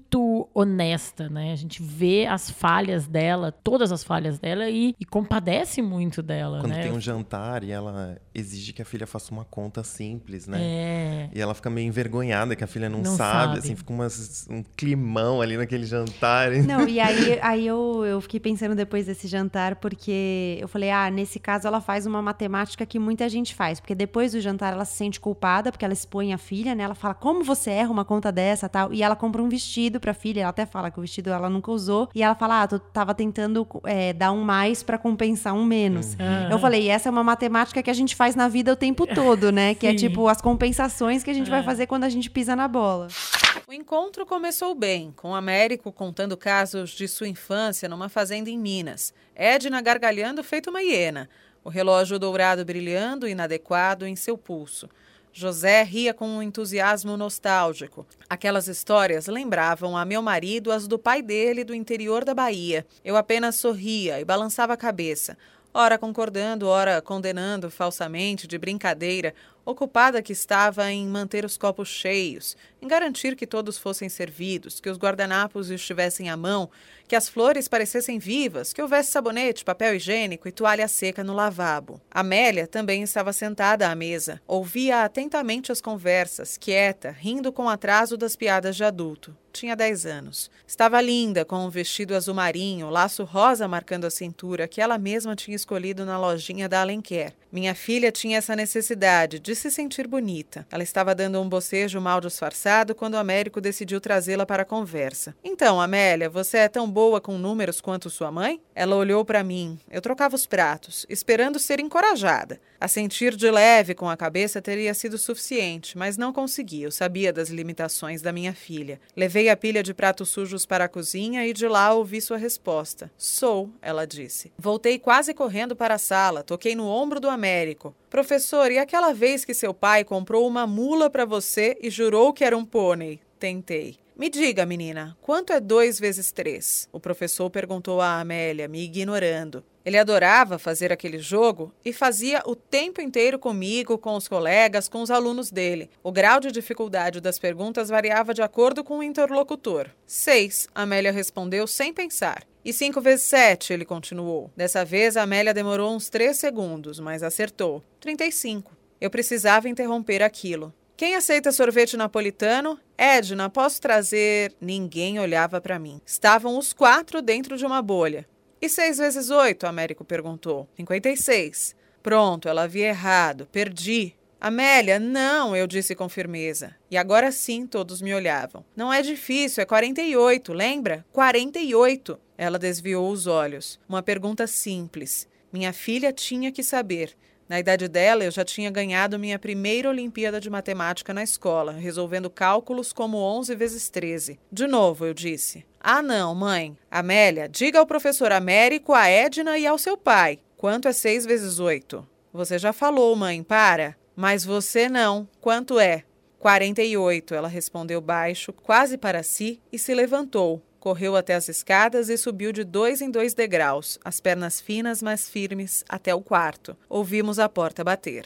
muito honesta, né? A gente vê as falhas dela, todas as falhas dela e, e compadece muito dela, Quando né? tem um jantar e ela exige que a filha faça uma conta simples, né? É. E ela fica meio envergonhada que a filha não, Não sabe, sabe. assim, fica umas, um climão ali naquele jantar. Não, e aí, aí eu, eu fiquei pensando depois desse jantar, porque eu falei, ah, nesse caso ela faz uma matemática que muita gente faz, porque depois do jantar ela se sente culpada, porque ela expõe a filha, né? Ela fala, como você erra uma conta dessa, tal, e ela compra um vestido pra filha, ela até fala que o vestido ela nunca usou, e ela fala, ah, tu tava tentando é, dar um mais pra compensar um menos. Uhum. Eu falei, essa é uma matemática que a gente faz na vida o tempo todo, né? Que é tipo as compensações que a gente é. vai fazer quando a gente pisa na bola. O encontro começou bem, com o Américo contando casos de sua infância numa fazenda em Minas. Edna gargalhando feito uma hiena, o relógio dourado brilhando inadequado em seu pulso. José ria com um entusiasmo nostálgico. Aquelas histórias lembravam a meu marido as do pai dele do interior da Bahia. Eu apenas sorria e balançava a cabeça, ora concordando, ora condenando falsamente, de brincadeira, ocupada que estava em manter os copos cheios, em garantir que todos fossem servidos, que os guardanapos estivessem à mão, que as flores parecessem vivas, que houvesse sabonete, papel higiênico e toalha seca no lavabo. Amélia também estava sentada à mesa. Ouvia atentamente as conversas, quieta, rindo com atraso das piadas de adulto. Tinha dez anos. Estava linda, com um vestido azul marinho, laço rosa marcando a cintura, que ela mesma tinha escolhido na lojinha da Alenquer. Minha filha tinha essa necessidade de se sentir bonita. Ela estava dando um bocejo mal disfarçado quando o Américo decidiu trazê-la para a conversa. Então, Amélia, você é tão boa com números quanto sua mãe? Ela olhou para mim. Eu trocava os pratos, esperando ser encorajada. Assentir de leve com a cabeça teria sido suficiente, mas não consegui. Eu sabia das limitações da minha filha. Levei a pilha de pratos sujos para a cozinha e de lá ouvi sua resposta. Sou, ela disse. Voltei quase correndo para a sala, toquei no ombro do Américo. Professor, e aquela vez que seu pai comprou uma mula para você e jurou que era um pônei? Tentei. Me diga, menina, quanto é dois vezes três? O professor perguntou a Amélia, me ignorando. Ele adorava fazer aquele jogo e fazia o tempo inteiro comigo, com os colegas, com os alunos dele. O grau de dificuldade das perguntas variava de acordo com o interlocutor. Seis, Amélia respondeu sem pensar. E cinco vezes sete, ele continuou. Dessa vez, a Amélia demorou uns três segundos, mas acertou. Trinta e cinco. Eu precisava interromper aquilo. Quem aceita sorvete napolitano? Edna, posso trazer... Ninguém olhava para mim. Estavam os quatro dentro de uma bolha. E seis vezes oito? Américo perguntou. Cinquenta e seis. Pronto, ela havia errado. Perdi. Amélia, não, eu disse com firmeza. E agora sim todos me olhavam. Não é difícil, é quarenta e oito, lembra? quarenta e oito. Ela desviou os olhos. Uma pergunta simples. Minha filha tinha que saber. Na idade dela, eu já tinha ganhado minha primeira Olimpíada de Matemática na escola, resolvendo cálculos como onze vezes treze. De novo, eu disse. Ah, não, mãe. Amélia, diga ao professor Américo, a Edna e ao seu pai. Quanto é seis vezes oito? Você já falou, mãe, para. Mas você não. Quanto é? quarenta e oito, ela respondeu baixo, quase para si, e se levantou. Correu até as escadas e subiu de dois em dois degraus, as pernas finas, mas firmes, até o quarto. Ouvimos a porta bater.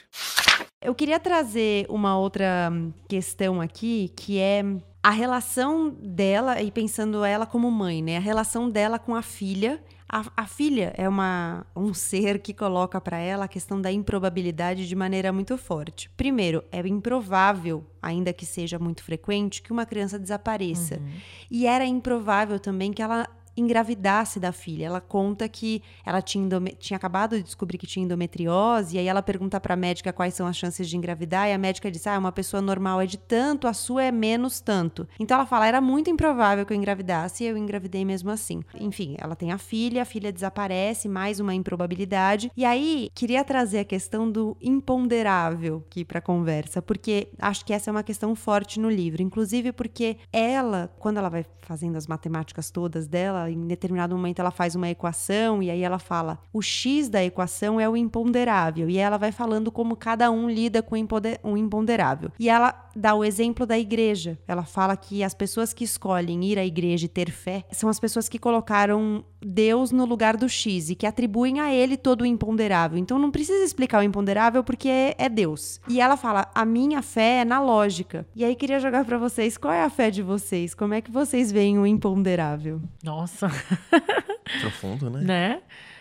Eu queria trazer uma outra questão aqui, que é a relação dela, e pensando ela como mãe, né? A relação dela com a filha. A, a filha é uma, um ser que coloca para ela a questão da improbabilidade de maneira muito forte. Primeiro, é improvável, ainda que seja muito frequente, que uma criança desapareça. Uhum. E era improvável também que ela engravidasse da filha. Ela conta que ela tinha, endome- tinha acabado de descobrir que tinha endometriose, e aí ela pergunta para a médica quais são as chances de engravidar, e a médica diz, ah, uma pessoa normal é de tanto, a sua é menos tanto. Então ela fala, era muito improvável que eu engravidasse, e eu engravidei mesmo assim. Enfim, ela tem a filha, a filha desaparece, mais uma improbabilidade. E aí, queria trazer a questão do imponderável aqui para a conversa, porque acho que essa é uma questão forte no livro, inclusive porque ela, quando ela vai fazendo as matemáticas todas dela, em determinado momento ela faz uma equação e aí ela fala, o X da equação é o imponderável, e ela vai falando como cada um lida com o imponderável. E ela dá o exemplo da igreja. Ela fala que as pessoas que escolhem ir à igreja e ter fé são as pessoas que colocaram Deus no lugar do X e que atribuem a ele todo o imponderável. Então não precisa explicar o imponderável porque é, é Deus. E ela fala, a minha fé é na lógica. E aí queria jogar pra vocês, qual é a fé de vocês? Como é que vocês veem o imponderável? Nossa. Profundo, né? Né?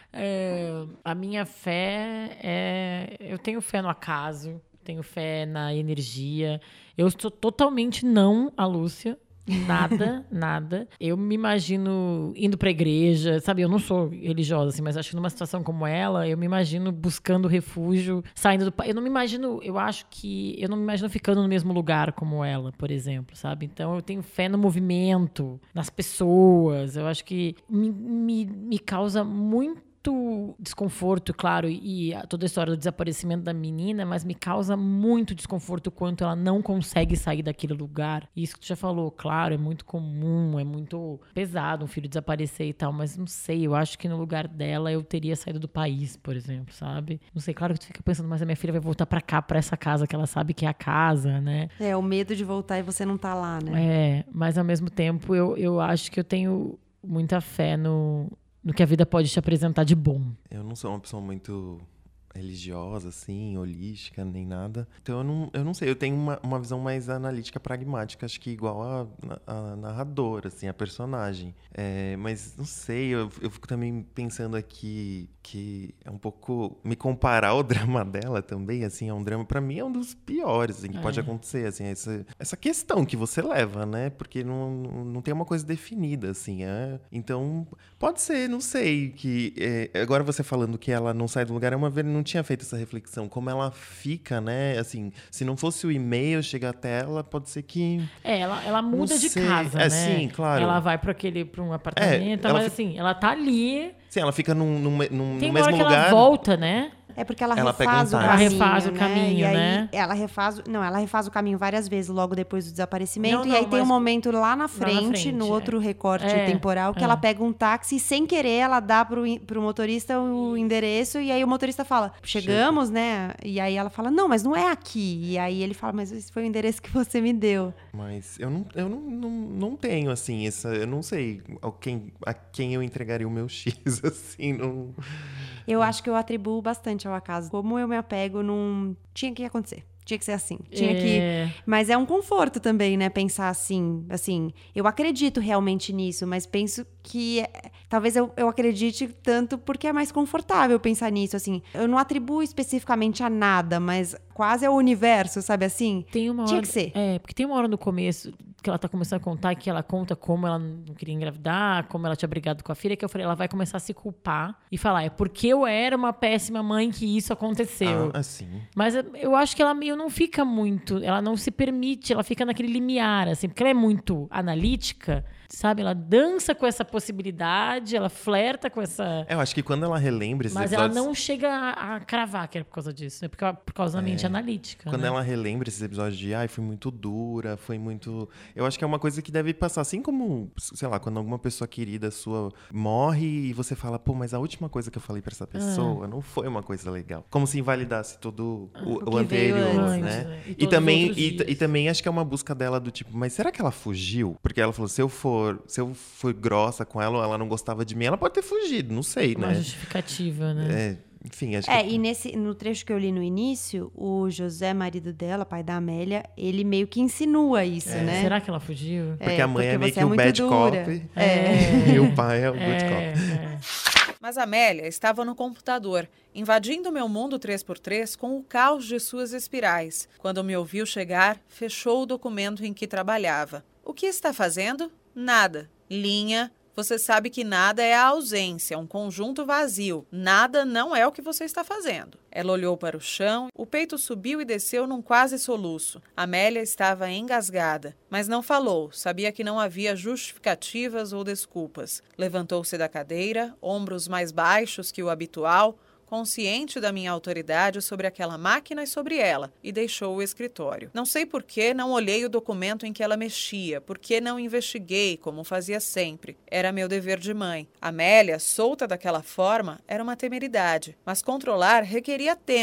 É, a minha fé é... Eu tenho fé no acaso, tenho fé na energia. Eu sou totalmente não a Lúcia. Nada, nada. Eu me imagino indo pra igreja, sabe? Eu não sou religiosa, assim, mas acho que numa situação como ela, eu me imagino buscando refúgio, saindo do país. Eu não me imagino, eu acho que... Eu não me imagino ficando no mesmo lugar como ela, por exemplo, sabe? Então, eu tenho fé no movimento, nas pessoas. Eu acho que me, me, me causa muito desconforto, claro, e toda a história do desaparecimento da menina, mas me causa muito desconforto quanto ela não consegue sair daquele lugar. E isso que tu já falou, claro, é muito comum, é muito pesado um filho desaparecer e tal, mas não sei, eu acho que no lugar dela eu teria saído do país, por exemplo, sabe? Não sei, claro que tu fica pensando, mas a minha filha vai voltar pra cá, pra essa casa que ela sabe que é a casa, né? É, o medo de voltar e você não tá lá, né? É, mas ao mesmo tempo eu, eu acho que eu tenho muita fé no... no que a vida pode te apresentar de bom. Eu não sou uma pessoa muito religiosa, assim, holística, nem nada. Então eu não, eu não sei, eu tenho uma, uma visão mais analítica, pragmática, acho que igual a, a, a narradora, assim, a personagem. É, mas não sei, eu, eu fico também pensando aqui que é um pouco... Me comparar ao drama dela também, assim, é um drama, pra mim é um dos piores, assim, que é. pode acontecer, assim, essa, essa questão que você leva, né? Porque não, não tem uma coisa definida, assim, é... Então, pode ser, não sei, que... É, agora você falando que ela não sai do lugar, é uma vez não tinha feito essa reflexão, como ela fica, né? Assim, se não fosse o e-mail chegar até ela, pode ser que... É, ela, ela muda de sei. casa, é, né? Sim, claro. Ela vai para aquele, para um apartamento, é, mas fica... assim, ela tá ali... Sim, ela fica num, num, num, Tem no mesmo uma hora que lugar. Ela volta, né? É porque ela, ela refaz um o caminho, Ela refaz o né? caminho, e aí né? Ela refaz, não, ela refaz o caminho várias vezes logo depois do desaparecimento. Não, e não, aí tem um momento lá na frente, lá na frente no é. outro recorte é, temporal, que é. ela pega um táxi e sem querer ela dá pro, pro motorista o endereço. E aí o motorista fala, chegamos, Chega. né? E aí ela fala, não, mas não é aqui. E aí ele fala, mas esse foi o endereço que você me deu. Mas eu não, eu não, não, não tenho, assim, essa... Eu não sei a quem, a quem eu entregaria o meu X, assim, não... Eu acho que eu atribuo bastante ao acaso. Como eu me apego, não tinha que acontecer. Tinha que ser assim. Tinha é. que... Mas é um conforto também, né? Pensar assim, assim... Eu acredito realmente nisso, mas penso que... Talvez eu, eu acredite tanto porque é mais confortável pensar nisso, assim. Eu não atribuo especificamente a nada, mas quase ao universo, sabe assim? Tem uma hora, Tinha que ser. É, porque tem uma hora no começo que ela tá começando a contar, que ela conta como ela não queria engravidar, como ela tinha brigado com a filha, que eu falei, ela vai começar a se culpar e falar, é porque eu era uma péssima mãe que isso aconteceu. Ah, assim. Mas eu acho que ela meio não fica muito, ela não se permite, ela fica naquele limiar, assim, porque ela é muito analítica, sabe? Ela dança com essa possibilidade, ela flerta com essa... Eu acho que quando ela relembra esses Mas episódios... ela não chega a, a cravar que era por causa disso, é por, por causa da mente é. analítica. Quando né? ela relembra esses episódios de, ai, foi muito dura, foi muito... Eu acho que é uma coisa que deve passar, assim como, sei lá, quando alguma pessoa querida sua morre e você fala, pô, mas a última coisa que eu falei pra essa pessoa ah. não foi uma coisa legal. Como se invalidasse todo o, o, o anterior, antes, né? né? E, e também e, e também acho que é uma busca dela do tipo, mas será que ela fugiu? Porque ela falou, se eu for, se eu fui grossa com ela ou ela não gostava de mim, ela pode ter fugido, não sei, uma né? Uma justificativa, né? É, enfim, acho é, que... e nesse, no trecho que eu li no início, o José, marido dela, pai da Amélia, ele meio que insinua isso, é. né? Será que ela fugiu? Porque é, a mãe porque é meio que é o bad dura. cop é. e o pai é o é, good cop. É. Mas Amélia estava no computador, invadindo meu mundo três por três com o caos de suas espirais. Quando me ouviu chegar, fechou o documento em que trabalhava. O que está fazendo? Nada. Linha... Você sabe que nada é a ausência, um conjunto vazio. Nada não é o que você está fazendo. Ela olhou para o chão, o peito subiu e desceu num quase soluço. Amélia estava engasgada, mas não falou, sabia que não havia justificativas ou desculpas. Levantou-se da cadeira, ombros mais baixos que o habitual, consciente da minha autoridade sobre aquela máquina e sobre ela, e deixou o escritório. Não sei por que não olhei o documento em que ela mexia, por que não investiguei, como fazia sempre. Era meu dever de mãe. Amélia, solta daquela forma, era uma temeridade, mas controlar requeria tempo.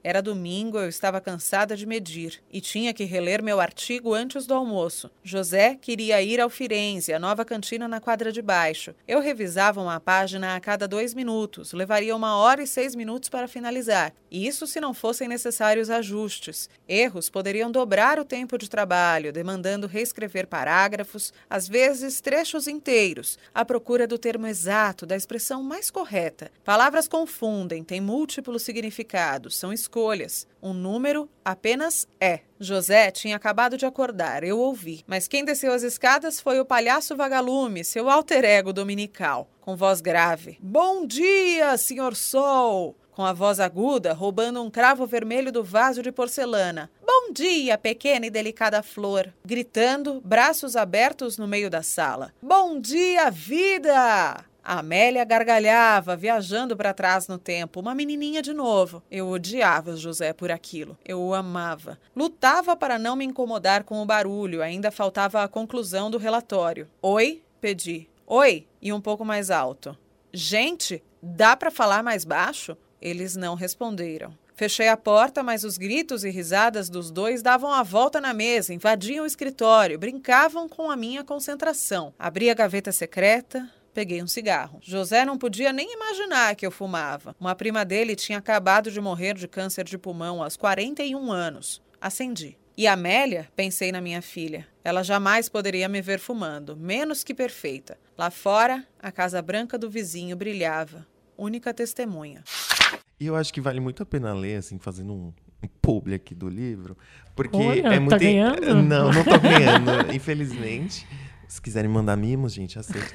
Era domingo, eu estava cansada de medir e tinha que reler meu artigo antes do almoço. José queria ir ao Firenze, a nova cantina na quadra de baixo. Eu revisava uma página a cada dois minutos, levaria uma hora e seis minutos para finalizar. Isso se não fossem necessários ajustes. Erros poderiam dobrar o tempo de trabalho, demandando reescrever parágrafos, às vezes trechos inteiros, à procura do termo exato, da expressão mais correta. Palavras confundem, têm múltiplos significados, são escolhas. Um número apenas é. José tinha acabado de acordar, eu ouvi. Mas quem desceu as escadas foi o palhaço vagalume, seu alter ego dominical, com voz grave. Bom dia, senhor Sol! Com a voz aguda, roubando um cravo vermelho do vaso de porcelana. Bom dia, pequena e delicada flor! Gritando, braços abertos no meio da sala. Bom dia, vida! A Amélia gargalhava, viajando para trás no tempo, uma menininha de novo. Eu odiava José por aquilo. Eu o amava. Lutava para não me incomodar com o barulho, ainda faltava a conclusão do relatório. Oi? Pedi. Oi? E um pouco mais alto. Gente, dá para falar mais baixo? Eles não responderam. Fechei a porta, mas os gritos e risadas dos dois davam a volta na mesa, invadiam o escritório, brincavam com a minha concentração. Abri a gaveta secreta... Peguei um cigarro. José não podia nem imaginar que eu fumava. Uma prima dele tinha acabado de morrer de câncer de pulmão aos quarenta e um anos. Acendi. E Amélia? Pensei na minha filha. Ela jamais poderia me ver fumando, menos que perfeita. Lá fora, a casa branca do vizinho brilhava. Única testemunha. E eu acho que vale muito a pena ler, assim, fazendo um, um publi aqui do livro. Porque Olha, é muito... tá ganhando? Não, não tô ganhando, infelizmente. Se quiserem mandar mimos, gente, aceito.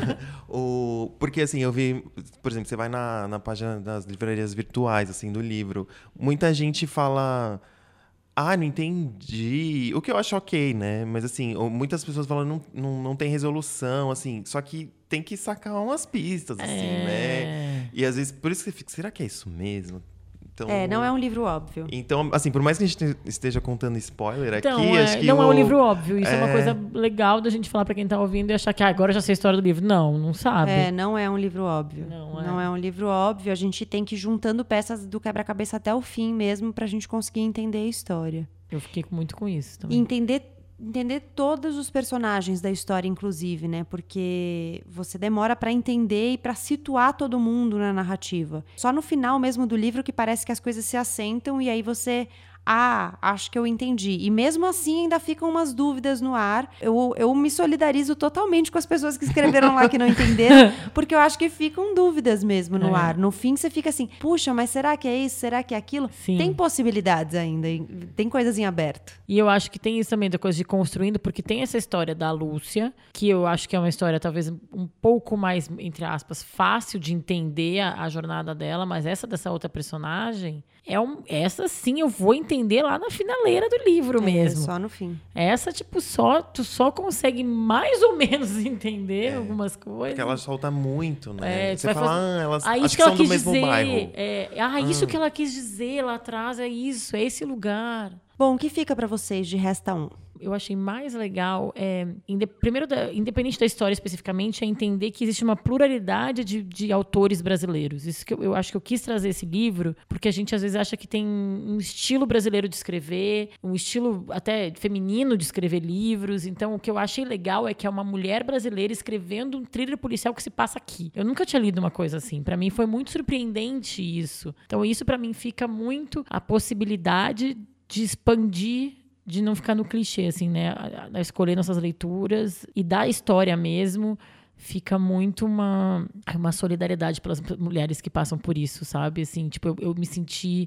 o... Porque, assim, eu vi... Por exemplo, você vai na, na página das livrarias virtuais, assim, do livro. Muita gente fala... Ah, não entendi. O que eu acho ok, né? Mas, assim, muitas pessoas falam não, não, não tem resolução, assim. Só que tem que sacar umas pistas, assim, é... né? E, às vezes, por isso que você fica... Será que é isso mesmo? Então, é, não é um livro óbvio. Então, assim, por mais que a gente esteja contando spoiler então, aqui, é, acho que não o... é um livro óbvio. Isso é... é uma É. coisa legal da gente falar pra quem tá ouvindo e achar que ah, agora eu já sei a história do livro. Não, não sabe. É, não é um livro óbvio. Não é. Não é um livro óbvio. A gente tem que ir juntando peças do quebra-cabeça até o fim mesmo pra gente conseguir entender a história. Eu fiquei muito com isso também. E entender... Entender todos os personagens da história, inclusive, né? Porque você demora pra entender e pra situar todo mundo na narrativa. Só no final mesmo do livro que parece que as coisas se assentam e aí você... Ah, acho que eu entendi. E mesmo assim ainda ficam umas dúvidas no ar. Eu, eu me solidarizo totalmente com as pessoas que escreveram lá que não entenderam, porque eu acho que ficam dúvidas mesmo no é. ar. No fim você fica assim, puxa, mas será que é isso? Será que é aquilo? Sim. Tem possibilidades ainda, tem coisas em aberto. E eu acho que tem isso também da coisa de construindo, porque tem essa história da Lúcia, que eu acho que é uma história talvez um pouco mais, entre aspas, fácil de entender a, a jornada dela, mas essa dessa outra personagem, é um, essa sim eu vou entender entender lá na finaleira do livro é, mesmo. Só no fim. Essa, tipo, só, tu só consegue mais ou menos entender é, algumas coisas. Porque ela solta muito, né? É, você fala, fazer... ah, elas ah, acho isso que, que são do mesmo dizer. bairro. É, ah, isso ah. que ela quis dizer lá atrás, é isso, é esse lugar. Bom, o que fica pra vocês de Resta um? Eu achei mais legal, é, inde, primeiro, da, independente da história especificamente, é entender que existe uma pluralidade de, de autores brasileiros. Isso que eu, eu acho que eu quis trazer esse livro, porque a gente às vezes acha que tem um estilo brasileiro de escrever, um estilo até feminino de escrever livros. Então, o que eu achei legal é que é uma mulher brasileira escrevendo um thriller policial que se passa aqui. Eu nunca tinha lido uma coisa assim. Para mim foi muito surpreendente isso. Então, isso para mim fica muito a possibilidade de expandir, de não ficar no clichê, assim, né? A, a escolher nossas leituras e da história mesmo, fica muito uma, uma solidariedade pelas mulheres que passam por isso, sabe? Assim, tipo, eu, eu me senti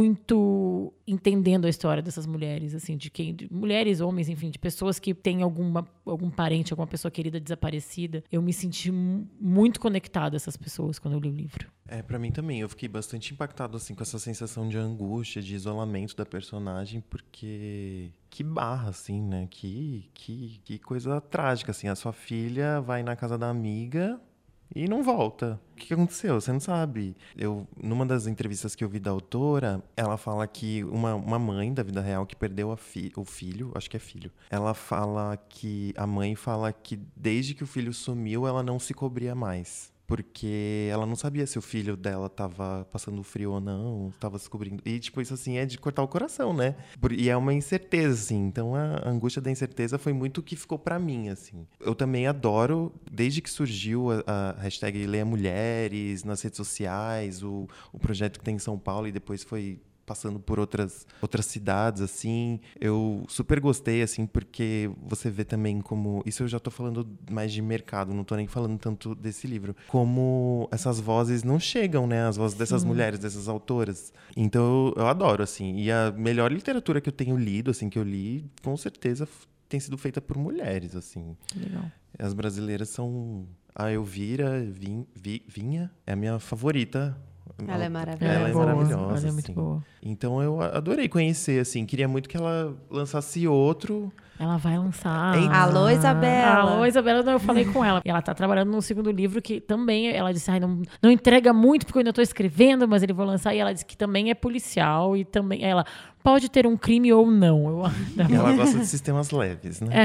muito entendendo a história dessas mulheres, assim, de quem, de mulheres, homens, enfim, de pessoas que têm alguma, algum parente, alguma pessoa querida desaparecida. Eu me senti m- muito conectada a essas pessoas quando eu li o livro. É, pra mim também. Eu fiquei bastante impactado, assim, com essa sensação de angústia, de isolamento da personagem, porque que barra, assim, né? Que, que, que coisa trágica, assim. A sua filha vai na casa da amiga e não volta. O que, que aconteceu? Você não sabe. Eu, numa das entrevistas que eu vi da autora, ela fala que uma, uma mãe da vida real que perdeu a fi, o filho, acho que é filho, ela fala que, a mãe fala que desde que o filho sumiu, ela não se cobria mais. porque ela não sabia se o filho dela tava passando frio ou não, tava se cobrindo. E, tipo, isso, assim, é de cortar o coração, né? E é uma incerteza, assim. Então, a angústia da incerteza foi muito o que ficou pra mim, assim. Eu também adoro, desde que surgiu a, a hashtag Leia Mulheres nas redes sociais, o, o projeto que tem em São Paulo e depois foi passando por outras, outras cidades, assim. Eu super gostei, assim, porque você vê também como... Isso eu já tô falando mais de mercado, não tô nem falando tanto desse livro. Como essas vozes não chegam, né? As vozes dessas Sim. mulheres, dessas autoras. Então, eu, eu adoro, assim. E a melhor literatura que eu tenho lido, assim, que eu li, com certeza tem sido feita por mulheres, assim. Legal. As brasileiras são... A Elvira Vin, Vi, Vinha é a minha favorita. Ela é maravilhosa. Ela é, é boa, maravilhosa. Ela é muito assim. boa. Então eu adorei conhecer, assim. Queria muito que ela lançasse outro. Ela vai lançar. Hein? Alô, Isabela. Alô, Isabela, eu falei com ela. Ela tá trabalhando no segundo livro que também, ela disse, ai, não, não entrega muito porque eu ainda tô escrevendo, mas ele vai lançar. E ela disse que também é policial e também ela pode ter um crime ou não. Eu... Ela gosta de sistemas leves, né?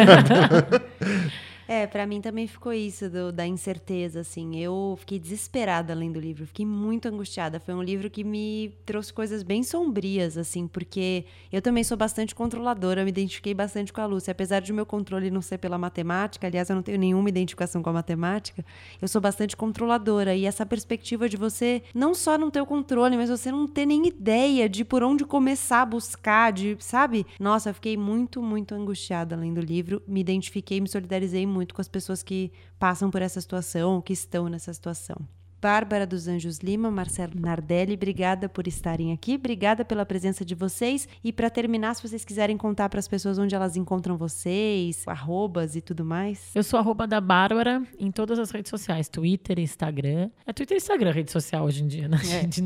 É. É, pra mim também ficou isso, do, da incerteza, assim. Eu fiquei desesperada lendo o livro, fiquei muito angustiada. Foi um livro que me trouxe coisas bem sombrias, assim, porque eu também sou bastante controladora, me identifiquei bastante com a Lúcia. Apesar de o meu controle não ser pela matemática, aliás, eu não tenho nenhuma identificação com a matemática, eu sou bastante controladora. E essa perspectiva de você não só não ter o controle, mas você não ter nem ideia de por onde começar a buscar, de, sabe? Nossa, eu fiquei muito, muito angustiada lendo o livro, me identifiquei, me solidarizei muito muito com as pessoas que passam por essa situação, que estão nessa situação. Bárbara dos Anjos Lima, Marcelo Nardelli, obrigada por estarem aqui, obrigada pela presença de vocês. E para terminar, se vocês quiserem contar para as pessoas onde elas encontram vocês, arrobas e tudo mais. Eu sou arroba da Bárbara em todas as redes sociais, Twitter, Instagram. É Twitter e Instagram, rede social hoje em dia, né? É. De,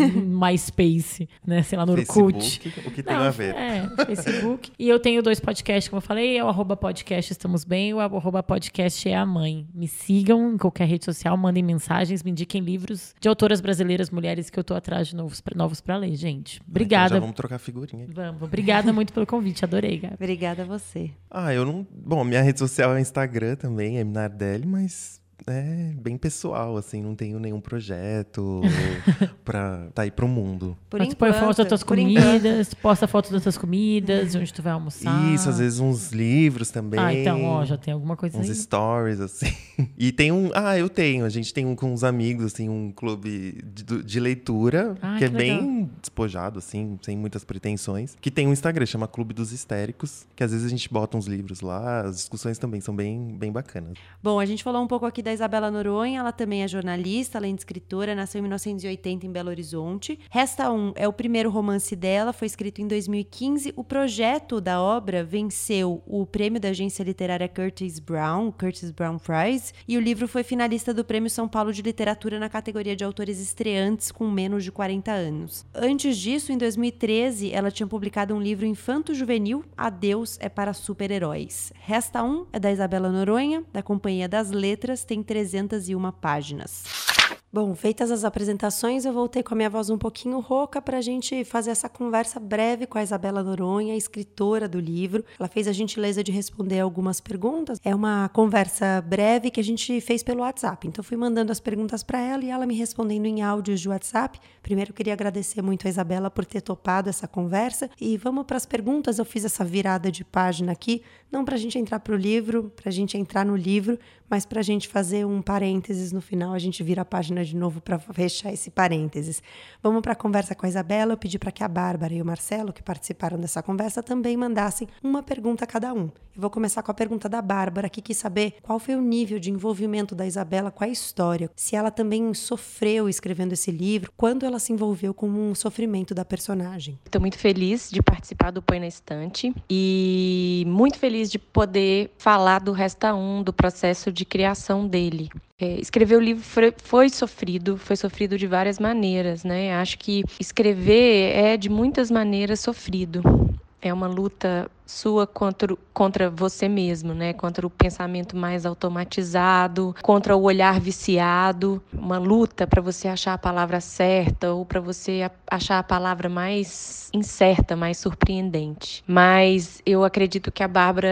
MySpace, né? Sei lá, no Orkut. Facebook, o que tem Não, a ver. É, Facebook. E eu tenho dois podcasts, como eu falei, é o arroba podcast Estamos Bem, o arroba podcast É a Mãe. Me sigam em qualquer rede social, mandem mensagens, me indiquem livros de autoras brasileiras, mulheres que eu tô atrás de novos, novos pra ler, gente. Obrigada. Então já vamos trocar figurinha. Vamos. Obrigada muito pelo convite, adorei, Gabi. Obrigada a você. Ah, eu não... Bom, minha rede social é o Instagram também, é Nardelli, mas... É bem pessoal, assim, não tenho nenhum projeto pra tá aí pro mundo. Por Mas enquanto, põe foto das tuas comidas, enquanto. Posta foto das tuas comidas, onde tu vai almoçar. Isso, às vezes uns livros também. Ah, então, ó, já tem alguma coisa uns aí. Uns stories, assim. E tem um... Ah, eu tenho. A gente tem um com uns amigos, assim, um clube de, de leitura, ah, que, que é legal. bem despojado, assim, sem muitas pretensões. Que tem um Instagram, chama Clube dos Histéricos, que às vezes a gente bota uns livros lá, as discussões também são bem, bem bacanas. Bom, a gente falou um pouco aqui da Isabela Noronha, ela também é jornalista, além de escritora, nasceu em mil novecentos e oitenta em Belo Horizonte. Resta um é o primeiro romance dela, foi escrito em dois mil e quinze. O projeto da obra venceu o prêmio da agência literária Curtis Brown, Curtis Brown Prize, e o livro foi finalista do Prêmio São Paulo de Literatura na categoria de autores estreantes com menos de quarenta anos. Antes disso, em dois mil e treze, ela tinha publicado um livro infanto-juvenil, Adeus é para super-heróis. Resta um é da Isabela Noronha, da Companhia das Letras, tem trezentas e uma páginas. Bom, feitas as apresentações, eu voltei com a minha voz um pouquinho rouca para a gente fazer essa conversa breve com a Isabela Noronha, escritora do livro. Ela fez a gentileza de responder algumas perguntas. É uma conversa breve que a gente fez pelo WhatsApp. Então, fui mandando as perguntas para ela e ela me respondendo em áudios de WhatsApp. Primeiro, eu queria agradecer muito a Isabela por ter topado essa conversa. E vamos para as perguntas. Eu fiz essa virada de página aqui, não para a gente entrar para o livro, para a gente entrar no livro, mas para a gente fazer um parênteses no final, a gente vira a página de novo para fechar esse parênteses. Vamos para a conversa com a Isabela. Eu pedi para que a Bárbara e o Marcelo, que participaram dessa conversa, também mandassem uma pergunta a cada um. Eu vou começar com a pergunta da Bárbara, que quis saber qual foi o nível de envolvimento da Isabela com a história, se ela também sofreu escrevendo esse livro, quando ela se envolveu com um sofrimento da personagem. Estou muito feliz de participar do Põe na Estante e muito feliz de poder falar do Resta um, do processo de criação dele. É, escrever o livro foi, foi sofrido, foi sofrido de várias maneiras, né? Acho que escrever é de muitas maneiras sofrido. É uma luta sua contra, contra você mesmo, né? Contra o pensamento mais automatizado, contra o olhar viciado, uma luta para você achar a palavra certa ou para você achar a palavra mais incerta, mais surpreendente. Mas eu acredito que a Bárbara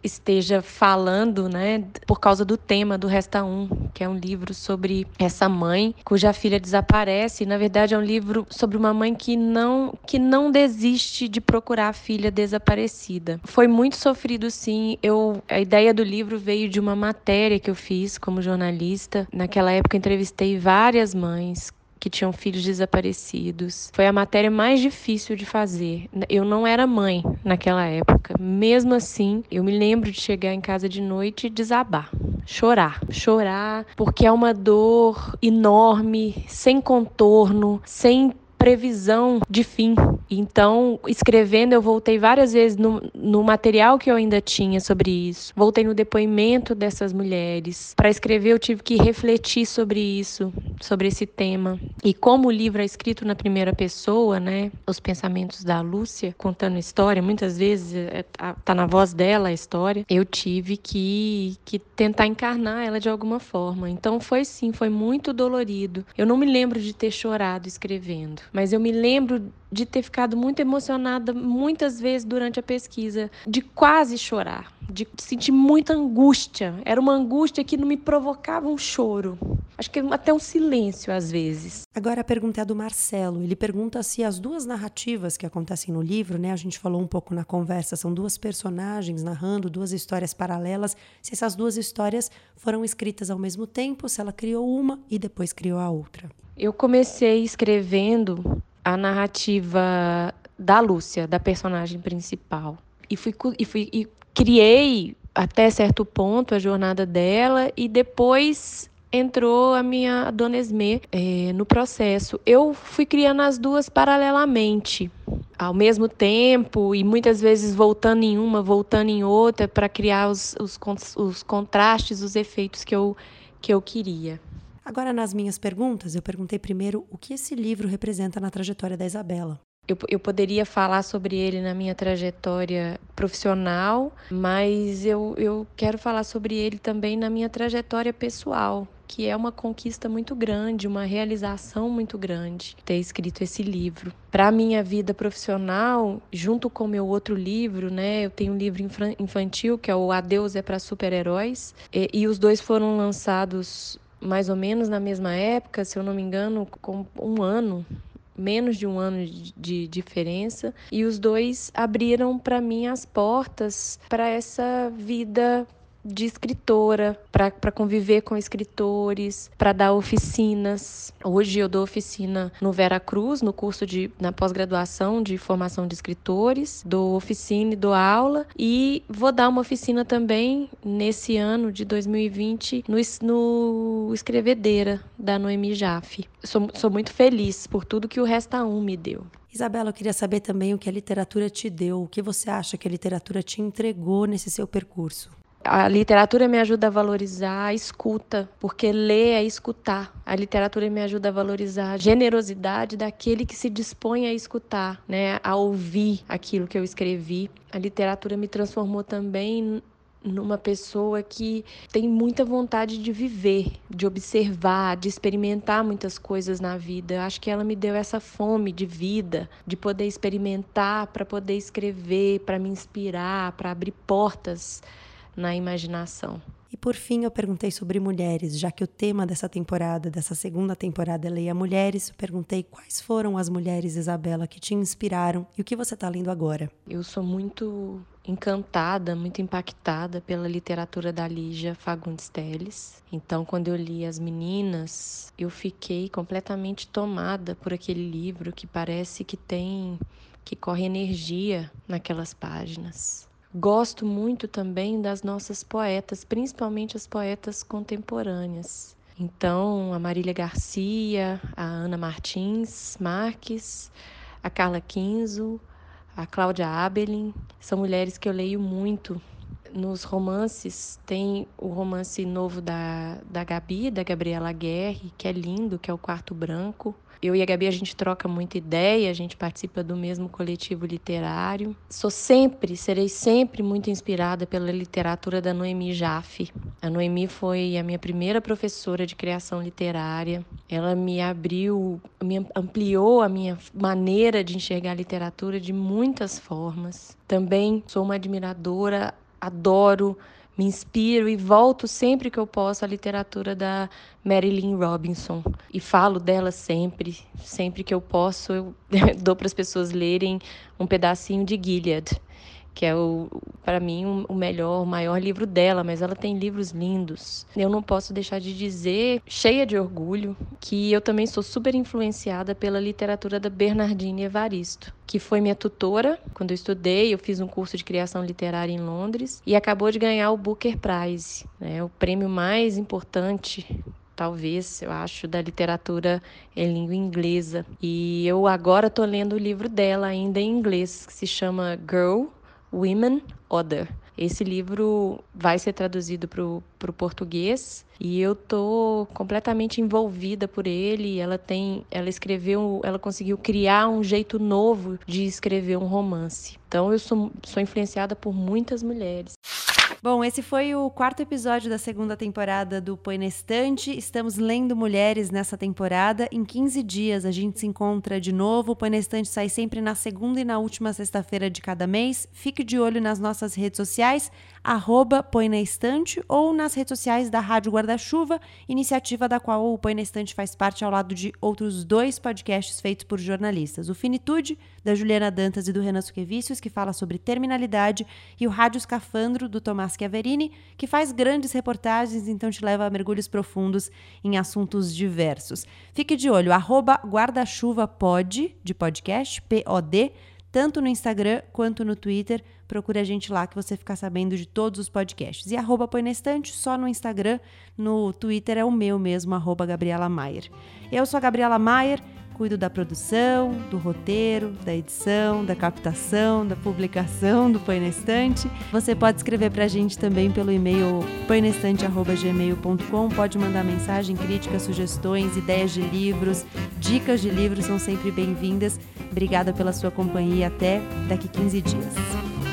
esteja falando, né, por causa do tema do Resta Um, que é um livro sobre essa mãe cuja filha desaparece. Na verdade, é um livro sobre uma mãe que não, que não desiste de procurar a filha desaparecida. Foi muito sofrido, sim. Eu, a ideia do livro veio de uma matéria que eu fiz como jornalista. Naquela época, eu entrevistei várias mães que tinham filhos desaparecidos. Foi a matéria mais difícil de fazer. Eu não era mãe naquela época. Mesmo assim, eu me lembro de chegar em casa de noite e desabar. Chorar. Chorar, porque é uma dor enorme, sem contorno, sem previsão de fim. Então, escrevendo, eu voltei várias vezes no, no material que eu ainda tinha sobre isso. Voltei no depoimento dessas mulheres. Para escrever, eu tive que refletir sobre isso, sobre esse tema. E como o livro é escrito na primeira pessoa, né, os pensamentos da Lúcia, contando a história, muitas vezes está na voz dela a história, eu tive que, que tentar encarnar ela de alguma forma. Então, foi sim, foi muito dolorido. Eu não me lembro de ter chorado escrevendo, mas eu me lembro de ter ficado muito emocionada muitas vezes durante a pesquisa, de quase chorar, de sentir muita angústia. Era uma angústia que não me provocava um choro. Acho que até um silêncio às vezes. Agora a pergunta é do Marcelo. Ele pergunta se as duas narrativas que acontecem no livro, né, a gente falou um pouco na conversa, são duas personagens narrando duas histórias paralelas, se essas duas histórias foram escritas ao mesmo tempo, se ela criou uma e depois criou a outra. Eu comecei escrevendo a narrativa da Lúcia, da personagem principal. E, fui, e, fui, e criei, até certo ponto, a jornada dela, e depois entrou a minha Dona Esmê é, no processo. Eu fui criando as duas paralelamente, ao mesmo tempo, e muitas vezes voltando em uma, voltando em outra, para criar os, os, os contrastes, os efeitos que eu, que eu queria. Agora, nas minhas perguntas, eu perguntei primeiro o que esse livro representa na trajetória da Isabela. Eu, eu poderia falar sobre ele na minha trajetória profissional, mas eu, eu quero falar sobre ele também na minha trajetória pessoal, que é uma conquista muito grande, uma realização muito grande, ter escrito esse livro. Para a minha vida profissional, junto com o meu outro livro, né, eu tenho um livro infantil, que é o Adeus é para Super-Heróis, e, e os dois foram lançados mais ou menos na mesma época, se eu não me engano, com um ano, menos de um ano de, de diferença, e os dois abriram para mim as portas para essa vida de escritora, para conviver com escritores, para dar oficinas. Hoje eu dou oficina no Vera Cruz, no curso de, na pós-graduação de formação de escritores, dou oficina e dou aula, e vou dar uma oficina também nesse ano de dois mil e vinte no, no Escrevedeira, da Noemi Jaffe. Sou, sou muito feliz por tudo que o Resta Um me deu. Isabela, eu queria saber também o que a literatura te deu, o que você acha que a literatura te entregou nesse seu percurso. A literatura me ajuda a valorizar a escuta, porque ler é escutar. A literatura me ajuda a valorizar a generosidade daquele que se dispõe a escutar, né, a ouvir aquilo que eu escrevi. A literatura me transformou também numa pessoa que tem muita vontade de viver, de observar, de experimentar muitas coisas na vida. Eu acho que ela me deu essa fome de vida, de poder experimentar, para poder escrever, para me inspirar, para abrir portas na imaginação. E por fim eu perguntei sobre mulheres, já que o tema dessa temporada, dessa segunda temporada é Leia Mulheres, eu perguntei quais foram as mulheres, Isabela, que te inspiraram e o que você está lendo agora. Eu sou muito encantada, muito impactada pela literatura da Lígia Fagundes Telles. Então, quando eu li As Meninas, eu fiquei completamente tomada por aquele livro que parece que tem, que corre energia naquelas páginas. Gosto muito também das nossas poetas, principalmente as poetas contemporâneas. Então, a Marília Garcia, a Ana Martins Marques, a Carla Kinzo, a Cláudia Abelin, são mulheres que eu leio muito. Nos romances, tem o romance novo da, da Gabi, da Gabriela Guerre, que é lindo, que é o Quarto Branco. Eu e a Gabi, a gente troca muita ideia, a gente participa do mesmo coletivo literário. Sou sempre, serei sempre muito inspirada pela literatura da Noemi Jaffe. A Noemi foi a minha primeira professora de criação literária. Ela me abriu, me ampliou a minha maneira de enxergar a literatura de muitas formas. Também sou uma admiradora adoro, me inspiro e volto sempre que eu posso à literatura da Marilynne Robinson. E falo dela sempre, sempre que eu posso, eu dou para as pessoas lerem um pedacinho de Gilead, que é, para mim, o melhor, o maior livro dela, mas ela tem livros lindos. Eu não posso deixar de dizer, cheia de orgulho, que eu também sou super influenciada pela literatura da Bernardine Evaristo, que foi minha tutora quando eu estudei. Eu fiz um curso de criação literária em Londres e acabou de ganhar o Booker Prize, né, o prêmio mais importante, talvez, eu acho, da literatura em língua inglesa. E eu agora estou lendo o livro dela ainda em inglês, que se chama Girl, Women, Other. Esse livro vai ser traduzido para o português e eu tô completamente envolvida por ele. Ela tem, ela escreveu, ela conseguiu criar um jeito novo de escrever um romance. Então eu sou, sou influenciada por muitas mulheres. Bom, esse foi o quarto episódio da segunda temporada do Põe na Estante. Estamos lendo mulheres nessa temporada. Em quinze dias a gente se encontra de novo. O Põe na Estante sai sempre na segunda e na última sexta-feira de cada mês. Fique de olho nas nossas redes sociais, arroba Põe na Estante, ou nas redes sociais da Rádio Guarda-Chuva, iniciativa da qual o Põe na Estante faz parte ao lado de outros dois podcasts feitos por jornalistas. O Finitude, da Juliana Dantas e do Renan Suquevicius, que fala sobre terminalidade, e o Rádio Escafandro, do Tomás Chiaverini, que faz grandes reportagens, então te leva a mergulhos profundos em assuntos diversos. Fique de olho, arroba guarda-chuva-pod, de podcast, P O D, tanto no Instagram quanto no Twitter. Procure a gente lá que você fica sabendo de todos os podcasts. E arroba Põe na Estante só no Instagram, no Twitter é o meu mesmo, arroba Gabriela Maier. Eu sou a Gabriela Maier, cuido da produção, do roteiro, da edição, da captação, da publicação do Põe na Estante. Você pode escrever pra gente também pelo e-mail põe na estante arroba gmail ponto com. Pode mandar mensagem, críticas, sugestões, ideias de livros, dicas de livros são sempre bem-vindas. Obrigada pela sua companhia. Até daqui quinze dias.